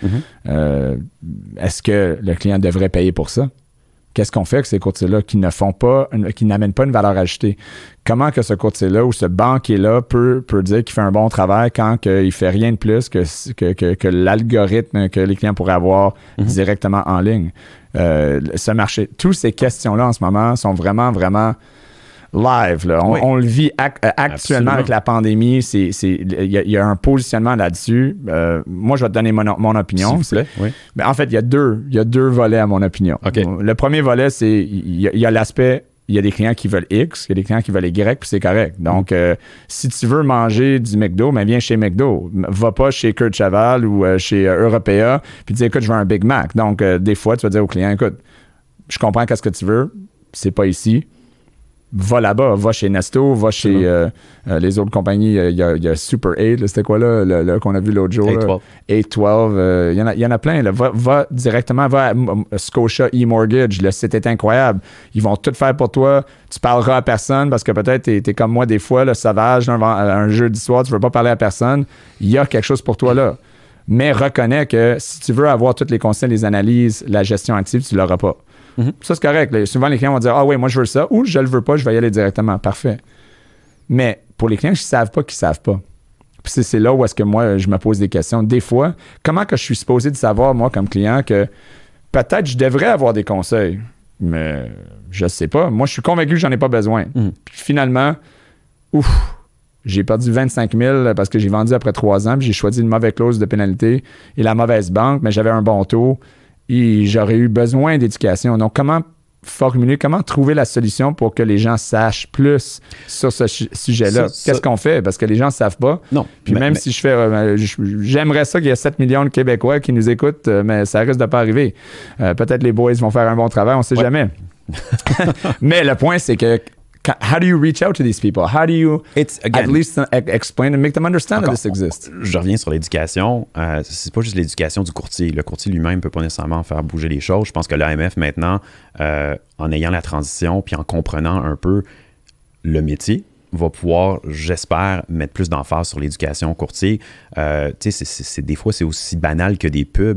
Est-ce que le client devrait payer pour ça? Qu'est-ce qu'on fait avec ces courtiers-là qui qui n'amènent pas une valeur ajoutée? Comment que ce courtier-là ou ce banquier-là peut dire qu'il fait un bon travail quand il fait rien de plus que l'algorithme que les clients pourraient avoir directement en ligne? Ce marché, toutes ces questions-là en ce moment sont vraiment, vraiment live. Là. On le vit actuellement avec la pandémie. Il y a un positionnement là-dessus. Moi, je vais te donner mon opinion. S'il vous plaît, oui. Mais en fait, il y a deux volets à mon opinion. Okay. Le premier volet, c'est il y a l'aspect, il y a des clients qui veulent X, il y a des clients qui veulent Y, puis c'est correct. Donc, si tu veux manger du McDo, ben viens chez McDo. Va pas chez Kurt Chaval ou chez Européa, puis dis, écoute, je veux un Big Mac. Donc, des fois, tu vas dire au client, écoute, je comprends qu'est-ce que tu veux, c'est pas ici. Va là-bas, va chez Nesto, va chez les autres compagnies. Il y a Super 8, là, c'était quoi là, qu'on a vu l'autre jour? 812. Il y en a plein. Là. Va directement, va à Scotia eMortgage. Le site est incroyable. Ils vont tout faire pour toi. Tu parleras à personne parce que peut-être tu es comme moi des fois, le sauvage, un jeudi soir, tu ne veux pas parler à personne. Il y a quelque chose pour toi là. Mais reconnais que si tu veux avoir tous les conseils, les analyses, la gestion active, tu ne l'auras pas. Ça, c'est correct. Là. Souvent, les clients vont dire « Ah oui, moi, je veux ça » ou « Je le veux pas, je vais y aller directement. » Parfait. Mais pour les clients qui ne savent pas, Puis c'est là où est-ce que moi, je me pose des questions. Des fois, comment que je suis supposé de savoir, moi, comme client, que peut-être je devrais avoir des conseils, mais je ne sais pas. Moi, je suis convaincu que j'en ai pas besoin. Puis finalement, j'ai perdu 25 000 parce que j'ai vendu après 3 ans, puis j'ai choisi une mauvaise clause de pénalité et la mauvaise banque, mais j'avais un bon taux. Et j'aurais eu besoin d'éducation. Donc, comment trouver la solution pour que les gens sachent plus sur ce sujet-là? Qu'est-ce qu'on fait? Parce que les gens ne savent pas. Non. Puis si je fais... j'aimerais ça qu'il y ait 7 millions de Québécois qui nous écoutent, mais ça risque de pas arriver. Peut-être les boys vont faire un bon travail, on ne sait jamais. Mais le point, c'est que how do you reach out to these people? How do you at least explain and make them understand that this exists? Je reviens sur l'éducation. C'est pas juste l'éducation du courtier. Le courtier lui-même ne peut pas nécessairement faire bouger les choses. Je pense que l'AMF, maintenant, en ayant la transition puis en comprenant un peu le métier, va pouvoir, j'espère, mettre plus d'emphase sur l'éducation au courtier. Des fois, c'est aussi banal que des pubs.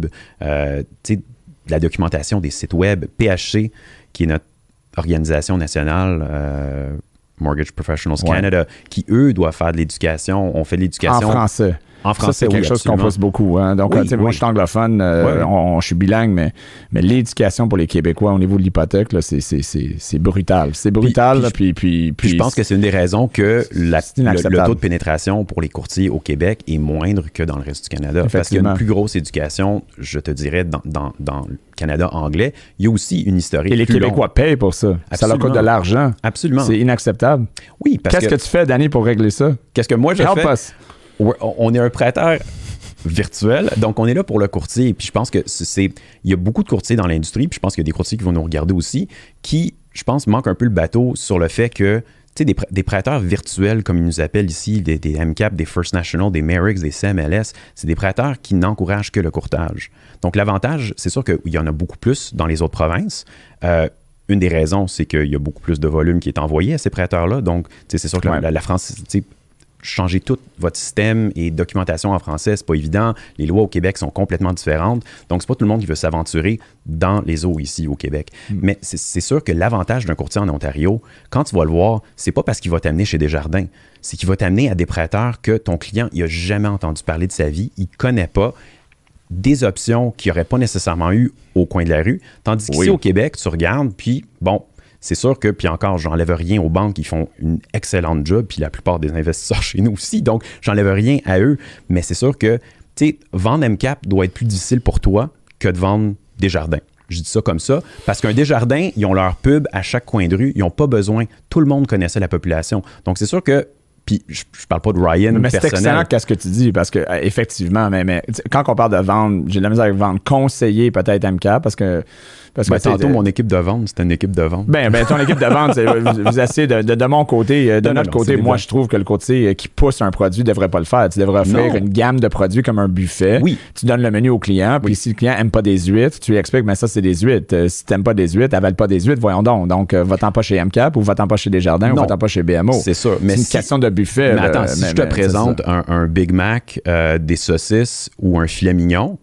La documentation des sites web, PHC, qui est notre organisation nationale, Mortgage Professionals Canada, qui, eux, doivent faire de l'éducation. On fait de l'éducation... En français. Ça, c'est quelque chose qu'on pousse beaucoup. Hein? Donc, moi, je suis anglophone, je suis bilingue, mais l'éducation pour les Québécois au niveau de l'hypothèque, là, c'est brutal. C'est brutal. Puis je pense que c'est une des raisons que le taux de pénétration pour les courtiers au Québec est moindre que dans le reste du Canada. Parce qu'il y a une plus grosse éducation, je te dirais, dans le Canada anglais. Il y a aussi une historique. Et les Québécois payent pour ça. Absolument. Ça leur coûte de l'argent. Absolument. C'est inacceptable. Oui, parce Qu'est-ce que tu fais, Danny, pour régler ça? Qu'est-ce que moi, je fais? On est un prêteur virtuel, donc on est là pour le courtier. Puis je pense que il y a beaucoup de courtiers dans l'industrie, puis je pense qu'il y a des courtiers qui vont nous regarder aussi, qui, je pense, manquent un peu le bateau sur le fait que, tu sais, des prêteurs virtuels, comme ils nous appellent ici, des MCAP, des First National, des Merix, des CMLS, c'est des prêteurs qui n'encouragent que le courtage. Donc l'avantage, c'est sûr qu'il y en a beaucoup plus dans les autres provinces. Une des raisons, c'est qu'il y a beaucoup plus de volume qui est envoyé à ces prêteurs-là. Donc, c'est sûr que la France, changer tout votre système et documentation en français, c'est pas évident. Les lois au Québec sont complètement différentes. Donc, c'est pas tout le monde qui veut s'aventurer dans les eaux ici au Québec. Mais c'est sûr que l'avantage d'un courtier en Ontario, quand tu vas le voir, c'est pas parce qu'il va t'amener chez Desjardins. C'est qu'il va t'amener à des prêteurs que ton client, il a jamais entendu parler de sa vie, il connaît pas des options qu'il n'aurait pas nécessairement eues au coin de la rue. Tandis qu'ici au Québec, tu regardes, puis bon, c'est sûr que, puis encore, j'enlève rien aux banques, ils font une excellente job, puis la plupart des investisseurs chez nous aussi, donc j'enlève rien à eux, mais c'est sûr que, tu sais, vendre MCAP doit être plus difficile pour toi que de vendre Desjardins. Je dis ça comme ça, parce qu'un Desjardins, ils ont leur pub à chaque coin de rue, ils n'ont pas besoin, tout le monde connaissait la population. Donc c'est sûr que Puis je parle pas de Ryan mais c'est personnel. excellent qu'est-ce que tu dis, parce que effectivement, mais quand on parle de vendre, j'ai de la misère avec vendre, conseiller peut-être MCAP, parce que tantôt, mon équipe de vente, c'était une équipe de vente. Ben ton équipe de vente, vous essayez de mon côté, de notre côté, moi, je trouve que le côté qui pousse un produit ne devrait pas le faire. Tu devrais offrir une gamme de produits comme un buffet. Oui. Tu donnes le menu au client, puis si le client aime pas des huîtres, tu lui expliques, mais ça, c'est des huîtres. Si tu n'aimes pas des huîtres, avale pas des huîtres, voyons donc. Donc, va-t'en pas chez MCAP ou va-t'en pas chez Desjardins ou va-t'en pas chez BMO. C'est sûr. C'est une question de buffet. Mais attends, si je te présente un Big Mac, des saucisses ou un filet mignon,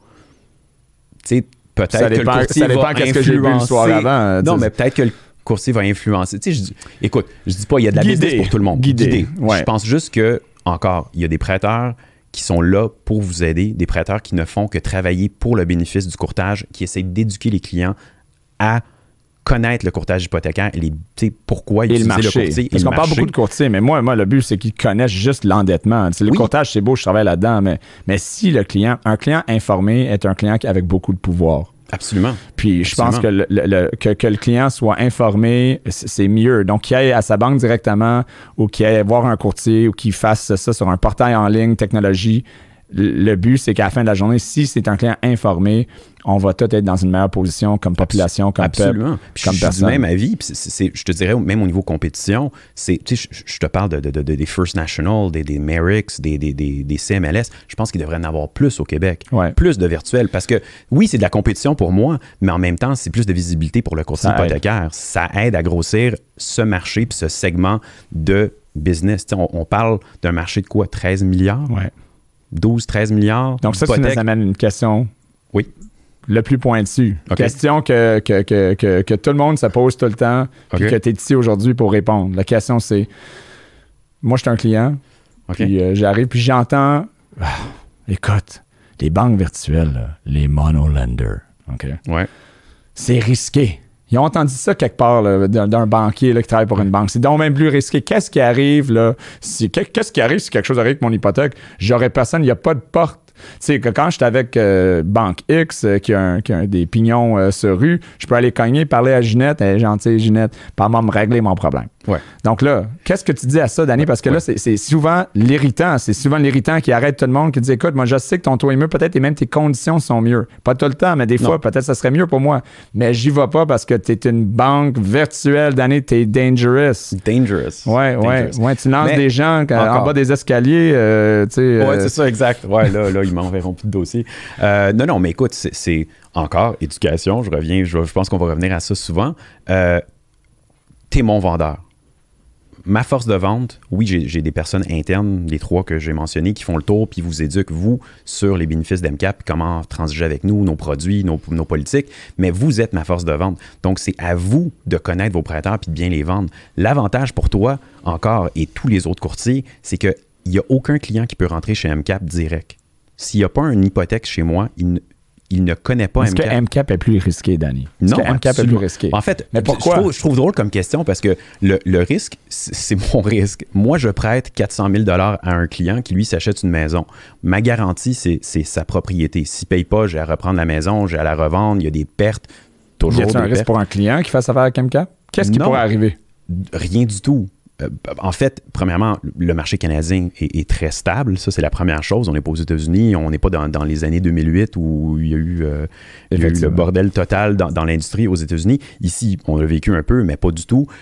tu sais, peut-être que le courtier va influencer. Qu'est-ce que j'ai vu le soir avant. Non, mais peut-être que le courtier va influencer. Tu sais, écoute, je dis pas il y a de la business pour tout le monde. Guider. Ouais. Je pense juste que, encore, il y a des prêteurs qui sont là pour vous aider, des prêteurs qui ne font que travailler pour le bénéfice du courtage, qui essayent d'éduquer les clients à connaître le courtage hypothécaire et pourquoi utiliser le courtier. Parce qu'on parle beaucoup de courtiers, mais moi, le but, c'est qu'ils connaissent juste l'endettement. Le courtage, c'est beau, je travaille là-dedans, mais si un client informé est un client avec beaucoup de pouvoir. Absolument. Puis je pense que le client soit informé, c'est mieux. Donc, qu'il aille à sa banque directement ou qu'il aille voir un courtier ou qu'il fasse ça sur un portail en ligne, technologie. Le but, c'est qu'à la fin de la journée, si c'est un client informé, on va tout être dans une meilleure position comme population, comme peuple, comme personne. Je suis du même avis. Je te dirais, même au niveau compétition, je te parle des First National, des Merricks, des CMLS. Je pense qu'il devrait en avoir plus au Québec. Ouais. Plus de virtuels. Parce que, oui, c'est de la compétition pour moi, mais en même temps, c'est plus de visibilité pour le courtier hypothécaire. Ça aide à grossir ce marché puis ce segment de business. On parle d'un marché de quoi? 13 milliards? Ouais. 12-13 milliards. Donc ça nous amène une question le plus pointue. Okay. Question que tout le monde se pose tout le temps puis que tu es ici aujourd'hui pour répondre. La question, c'est, moi, je suis un client, puis j'arrive, puis j'entends, écoute, les banques virtuelles, là, les monolenders, c'est risqué. Ils ont entendu ça quelque part là, d'un banquier là, qui travaille pour une banque. C'est donc même plus risqué. Qu'est-ce qui arrive là? Qu'est-ce qui arrive si quelque chose arrive avec mon hypothèque? J'aurais personne, il n'y a pas de porte. Tu sais, que quand j'étais avec Banque X, qui a des pignons sur rue, je peux aller cogner, parler à Ginette, elle est gentille, Ginette, par me régler mon problème. Ouais. Donc là, qu'est-ce que tu dis à ça, Danny? Parce que là, c'est souvent l'irritant. C'est souvent l'irritant qui arrête tout le monde, qui dit, écoute, moi, je sais que ton taux est mieux, peut-être, et même tes conditions sont mieux. Pas tout le temps, mais des fois, peut-être ça serait mieux pour moi. Mais j'y vais pas parce que tu es une banque virtuelle, Danny, tu es dangerous. Ouais. Tu lances des gens en bas des escaliers, tu sais. Ouais, c'est ça, exact. Ouais, là, ils m'enverront plus de dossier. Non, mais écoute, c'est encore éducation. Je pense qu'on va revenir à ça souvent. T'es mon vendeur. Ma force de vente, oui, j'ai des personnes internes, les 3 que j'ai mentionnés, qui font le tour puis vous éduquent, vous, sur les bénéfices d'MCAP, comment transiger avec nous, nos produits, nos politiques, mais vous êtes ma force de vente. Donc, c'est à vous de connaître vos prêteurs puis de bien les vendre. L'avantage pour toi, encore, et tous les autres courtiers, c'est qu'il n'y a aucun client qui peut rentrer chez MCAP direct. S'il n'y a pas une hypothèque chez moi, il ne connaît pas MCAP. Est-ce que MCAP est plus risqué, Danny? Non, MCAP est plus risqué? En fait, mais pourquoi? Je trouve drôle comme question parce que le risque, c'est mon risque. Moi, je prête 400 000 $ à un client qui, lui, s'achète une maison. Ma garantie, c'est sa propriété. S'il ne paye pas, j'ai à reprendre la maison, j'ai à la revendre, il y a des pertes. Toujours y a-t-il un risque pour un client qui fasse affaire avec MCAP? Qu'est-ce qui pourrait arriver? Rien du tout. En fait, premièrement, le marché canadien est très stable. Ça, c'est la première chose. On n'est pas aux États-Unis. On n'est pas dans les années 2008 où il y a eu le bordel total dans l'industrie aux États-Unis. Ici, on l'a vécu un peu, mais pas du tout.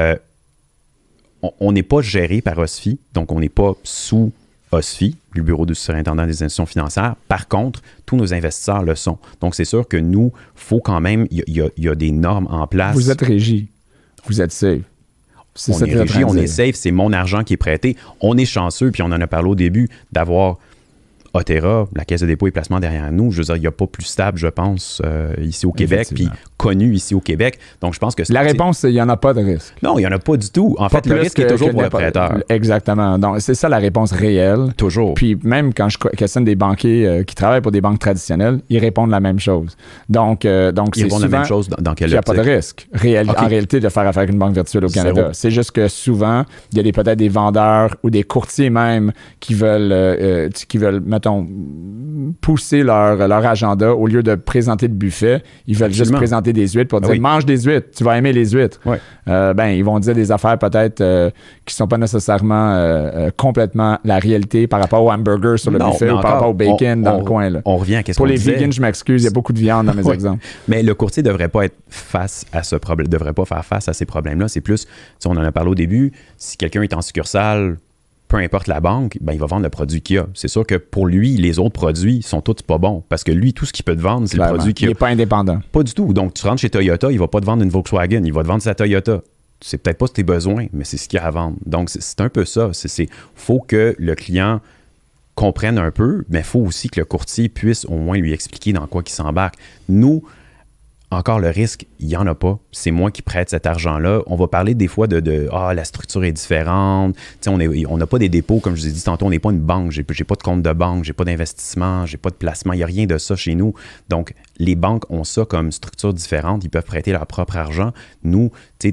On n'est pas géré par OSFI, donc on n'est pas sous OSFI, le Bureau du surintendant des institutions financières. Par contre, tous nos investisseurs le sont. Donc, c'est sûr que nous, il faut quand même, il y a des normes en place. Vous êtes régi. Vous êtes safe. On est régi, on est safe, c'est mon argent qui est prêté. On est chanceux, puis on en a parlé au début, d'avoir Otera, la Caisse de dépôt et placement derrière nous. Je veux dire, il n'y a pas plus stable, je pense, ici au Québec, puis connu ici au Québec. Donc, je pense que la réponse, c'est qu'il n'y en a pas de risque. Non, il n'y en a pas du tout. En fait, le risque est toujours pour le prêteur. Exactement. Donc, c'est ça la réponse réelle. Toujours. Puis même quand je questionne des banquiers qui travaillent pour des banques traditionnelles, ils répondent la même chose. Donc ils c'est répondent souvent la même chose dans quelle il n'y a pas de risque en réalité de faire affaire avec une banque virtuelle au Canada. Zéro. C'est juste que souvent, il y a peut-être des vendeurs ou des courtiers même qui veulent, mettons, mettons, pousser leur agenda au lieu de présenter le buffet. Ils veulent juste présenter des huîtres pour dire mange des huîtres, tu vas aimer les huîtres. Oui. Ils vont dire des affaires peut-être qui sont pas nécessairement complètement la réalité par rapport au hamburger sur le buffet ou par rapport au bacon dans le coin. Là. On revient à qu'est-ce pour qu'on les disait. vegans, je m'excuse, il y a beaucoup de viande dans mes exemples. Mais le courtier devrait pas être face à ce problème, devrait pas faire face à ces problèmes-là. C'est plus, on en a parlé au début, si quelqu'un est en succursale, peu importe la banque, il va vendre le produit qu'il a. C'est sûr que pour lui, les autres produits sont tous pas bons. Parce que lui, tout ce qu'il peut te vendre, c'est le produit qu'il a. Il n'est pas indépendant. Pas du tout. Donc, tu rentres chez Toyota, il va pas te vendre une Volkswagen, il va te vendre sa Toyota. C'est peut-être pas tes besoins, mais c'est ce qu'il y a à vendre. Donc, c'est un peu ça. Faut que le client comprenne un peu, mais il faut aussi que le courtier puisse au moins lui expliquer dans quoi il s'embarque. Nous, encore le risque, il n'y en a pas. C'est moi qui prête cet argent-là. On va parler des fois de la structure est différente. On n'a pas des dépôts, comme je vous ai dit tantôt, on n'est pas une banque. J'ai pas de compte de banque, j'ai pas d'investissement, j'ai pas de placement. Il n'y a rien de ça chez nous. Donc, les banques ont ça comme structure différente. Ils peuvent prêter leur propre argent. Nous,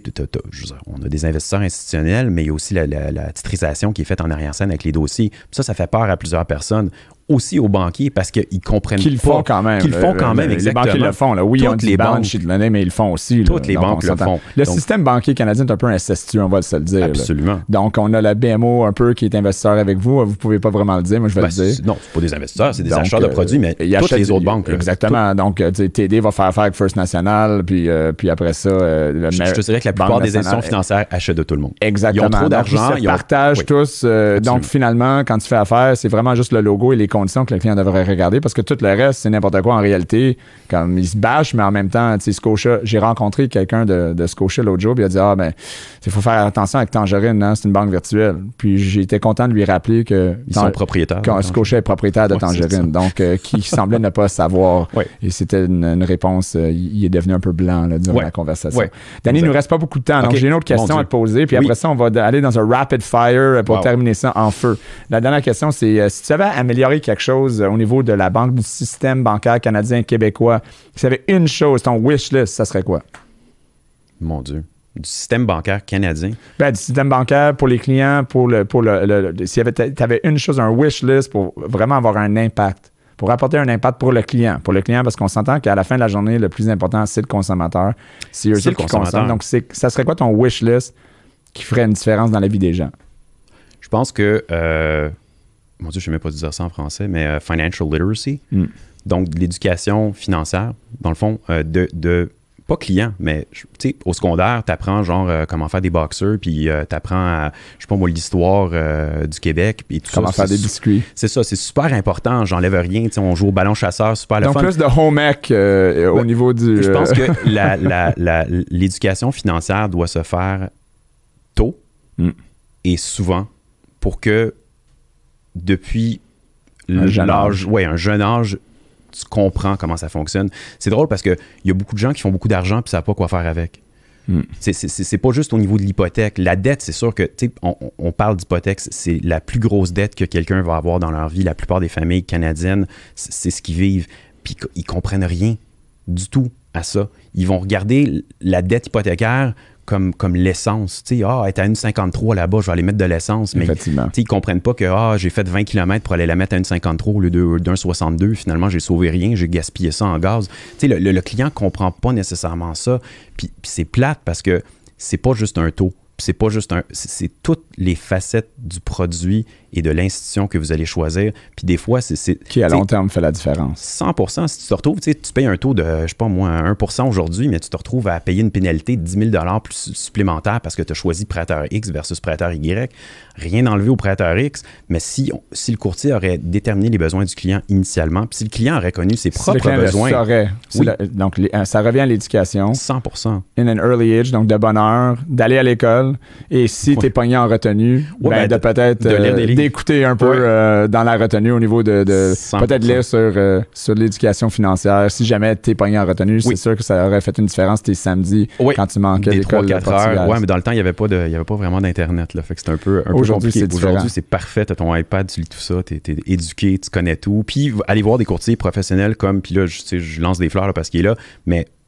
on a des investisseurs institutionnels, mais il y a aussi la titrisation qui est faite en arrière-scène avec les dossiers. Puis ça fait peur à plusieurs personnes. Aussi aux banquiers parce qu'ils comprennent qu'ils pas. Font quand même. Qu'ils font quand même, exactement. Les banquiers le font. Là. Oui, on dit balance sheet de l'année, mais ils le font aussi. Toutes les banques le font. Le système banquier canadien est un peu incestueux, on va se le dire. Absolument. Là. Donc, on a la BMO un peu qui est investisseur avec vous. Vous pouvez pas vraiment le dire, moi je vais le dire. Non, c'est pas des investisseurs, c'est des acheteurs de produits, mais toutes les autres banques. Exactement. Donc, TD va faire affaire avec First National, puis après ça... je te dirais que la plupart des institutions financières achètent de tout le monde. Exactement. Ils ont trop d'argent. Ils partagent tous. Donc, finalement, quand tu fais affaire, c'est vraiment juste le logo et les conditions que le client devrait regarder parce que tout le reste, c'est n'importe quoi en réalité. Comme ils se bâchent, mais en même temps, tu sais, Scotia, j'ai rencontré quelqu'un de Scotia l'autre jour, puis il a dit il faut faire attention avec Tangerine, hein, c'est une banque virtuelle. Puis j'ai été content de lui rappeler que ils sont propriétaires. Scotia est propriétaire de Tangerine, donc qui semblait ne pas savoir. Et c'était une réponse, il est devenu un peu blanc là, durant la conversation. Danny, il nous reste pas beaucoup de temps, donc j'ai une autre question à te poser, puis après ça, on va aller dans un rapid fire pour terminer ça en feu. La dernière question, c'est si tu avais amélioré quelque chose au niveau de la banque, du système bancaire canadien québécois, si tu avais une chose, ton wish list, ça serait quoi? Mon Dieu. Du système bancaire canadien? Du système bancaire pour les clients, si tu avais une chose, un wish list pour vraiment avoir un impact, pour apporter un impact pour le client. Pour le client, parce qu'on s'entend qu'à la fin de la journée, le plus important, c'est le consommateur. C'est eux qui consomment. Donc, ça serait quoi ton wish list qui ferait une différence dans la vie des gens? Je pense que... mon Dieu, je ne sais même pas dire ça en français, mais financial literacy. Donc, de l'éducation financière, dans le fond, pas client, mais tu sais, au secondaire, tu apprends comment faire des boxers, puis tu apprends, je sais pas moi, l'histoire du Québec, puis tout comment faire des biscuits. C'est ça, c'est super important, j'enlève rien, tu sais, on joue au ballon chasseur, super le fun. Donc, plus de home ec au niveau du... Je pense que l'éducation financière doit se faire tôt et souvent pour que depuis un jeune âge, tu comprends comment ça fonctionne. C'est drôle parce qu'il y a beaucoup de gens qui font beaucoup d'argent et ne savent pas quoi faire avec. C'est pas juste au niveau de l'hypothèque. La dette, c'est sûr que, tu sais, on parle d'hypothèque, c'est la plus grosse dette que quelqu'un va avoir dans leur vie. La plupart des familles canadiennes, c'est ce qu'ils vivent. Puis ils comprennent rien du tout à ça. Ils vont regarder la dette hypothécaire comme l'essence. Tu sais, elle est à 1,53 là-bas, je vais aller mettre de l'essence. Mais ils ne comprennent pas que j'ai fait 20 km pour aller la mettre à 1,53 au lieu d'1,62. Finalement, j'ai sauvé rien, j'ai gaspillé ça en gaz. Tu sais, le client ne comprend pas nécessairement ça. Puis c'est plate parce que c'est pas juste un taux. C'est pas juste c'est toutes les facettes du produit et de l'institution que vous allez choisir. Puis des fois, c'est qui à long terme fait la différence. 100%. Si tu te retrouves, tu payes un taux de, je sais pas moi, 1% aujourd'hui, mais tu te retrouves à payer une pénalité de 10 000 plus supplémentaire parce que tu as choisi prêteur X versus prêteur Y. Rien enlevé au prêteur X, mais si le courtier aurait déterminé les besoins du client initialement, puis si le client aurait connu ses propres besoins. Donc, ça revient à l'éducation. 100%. In an early age, donc de bonne heure, d'aller à l'école. Et si tu es pogné en retenue, de peut-être d'écouter un peu dans la retenue au niveau de peut-être lire sur l'éducation financière. Si jamais tu es pogné en retenue, c'est sûr que ça aurait fait une différence tes samedis quand tu manquais l'école. 3-4 heures. Oui, mais dans le temps, il n'y avait pas vraiment d'Internet. Là, fait que c'est un peu compliqué. Aujourd'hui, c'est parfait. Tu as ton iPad, tu lis tout ça, tu es éduqué, tu connais tout. Puis aller voir des courtiers professionnels comme, puis là, je lance des fleurs là, parce qu'il est là, mais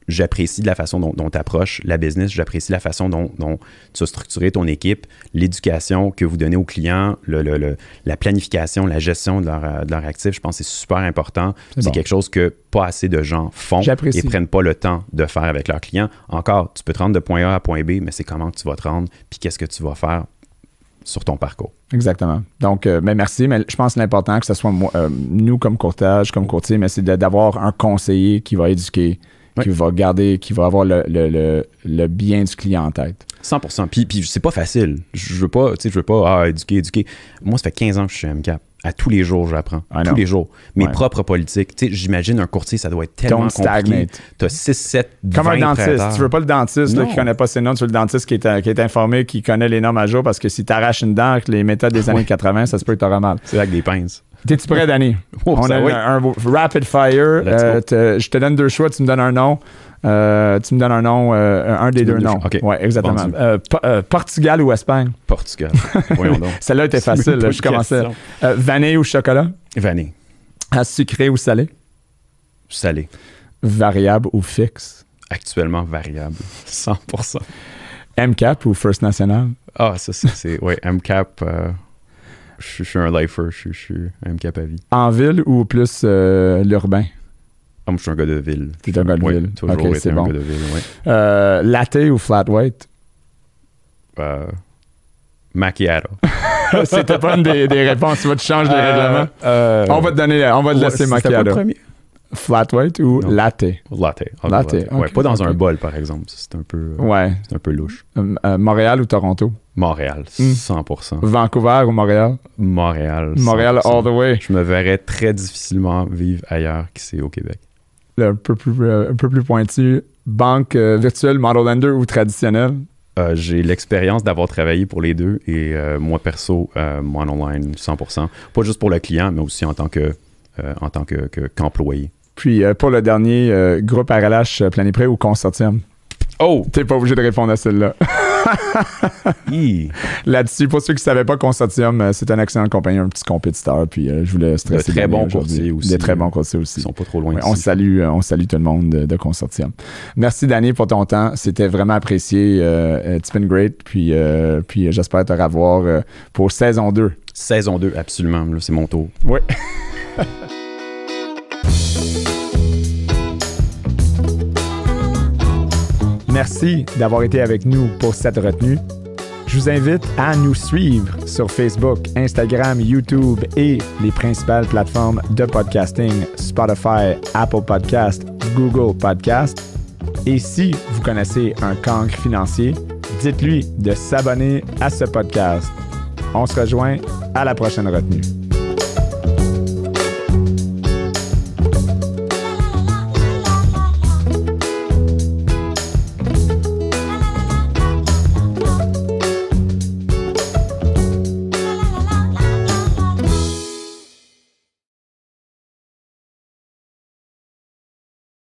j'apprécie de la façon dont tu approches la business, j'apprécie la façon dont tu as structuré ton équipe, l'éducation que vous donnez aux clients, la planification, la gestion de leur actif. Je pense que c'est super important. C'est quelque chose que pas assez de gens font et prennent pas le temps de faire avec leurs clients. Encore, tu peux te rendre de point A à point B, mais c'est comment tu vas te rendre, puis qu'est-ce que tu vas faire sur ton parcours. Exactement. Donc, merci, mais je pense que l'important que ce soit nous comme courtage, comme courtier, mais c'est d'avoir un conseiller qui va éduquer, qui va garder, qui va avoir le bien du client en tête. 100%. Puis c'est pas facile. Je veux pas éduquer. Moi, ça fait 15 ans que je suis MCAP. À tous les jours, j'apprends. Tous les jours. Mes propres politiques. Tu sais, j'imagine un courtier, ça doit être tellement compliqué. Tu as 6, 7, 20 comme un dentiste. Tu veux pas le dentiste là, qui connaît pas ses normes. Tu veux le dentiste qui est informé, qui connaît les normes à jour, parce que si tu arraches une dent avec les méthodes des années 80, ça se peut que tu auras mal. C'est avec des pinces. T'es-tu prêt, Danny? On a un rapid fire. Je te donne 2 choix, tu me donnes un nom. Tu me donnes un nom, un des 2 noms. Okay. Oui, exactement. Portugal ou Espagne? Portugal. Voyons donc. Celle-là était facile. Je commençais. Vanille ou chocolat? Vanille. Sucré ou salé? Salé. Variable ou fixe? Actuellement variable. 100%. MCAP ou First National? Ah, ça, c'est... Oui, MCAP... Je suis un lifer, je suis MCAP à vie. En ville ou plus l'urbain? Moi, je suis un gars de ville. T'es un gars de ville. Toujours okay, été un gars de ville, oui. Latte ou flat white? Macchiato. C'était pas une des réponses. Tu changes les règlements. On va te laisser macchiato. C'était pas le premier? Flat white ou latte? Latte. Okay, ouais, pas dans un bol, par exemple. C'est un peu louche. Montréal ou Toronto? Montréal, 100%. Vancouver ou Montréal? Montréal, 100%. Montréal all the way. Je me verrais très difficilement vivre ailleurs qu'ici au Québec. Un peu plus pointu. Banque virtuelle, model lender ou traditionnelle? J'ai l'expérience d'avoir travaillé pour les deux et moi, perso, monoline, 100%. Pas juste pour le client, mais aussi en tant qu'employé. Puis, pour le dernier, groupe RLH, Planépré ou Consortium? Oh! T'es pas obligé de répondre à celle-là. Là-dessus, pour ceux qui ne savaient pas, Consortium, c'est une excellente compagnie, un petit compétiteur. Puis, je voulais stresser. De très bons courtiers aussi. Des très bons courtiers aussi. Ils sont pas trop loin d'ici. On salue tout le monde de Consortium. Merci, Danny, pour ton temps. C'était vraiment apprécié. It's been great. Puis j'espère te revoir pour saison 2. Saison 2, absolument. Là, c'est mon tour. Oui. Merci d'avoir été avec nous pour cette retenue. Je vous invite à nous suivre sur Facebook, Instagram, YouTube et les principales plateformes de podcasting, Spotify, Apple Podcast, Google Podcast. Et si vous connaissez un cancre financier, dites-lui de s'abonner à ce podcast. On se rejoint à la prochaine retenue.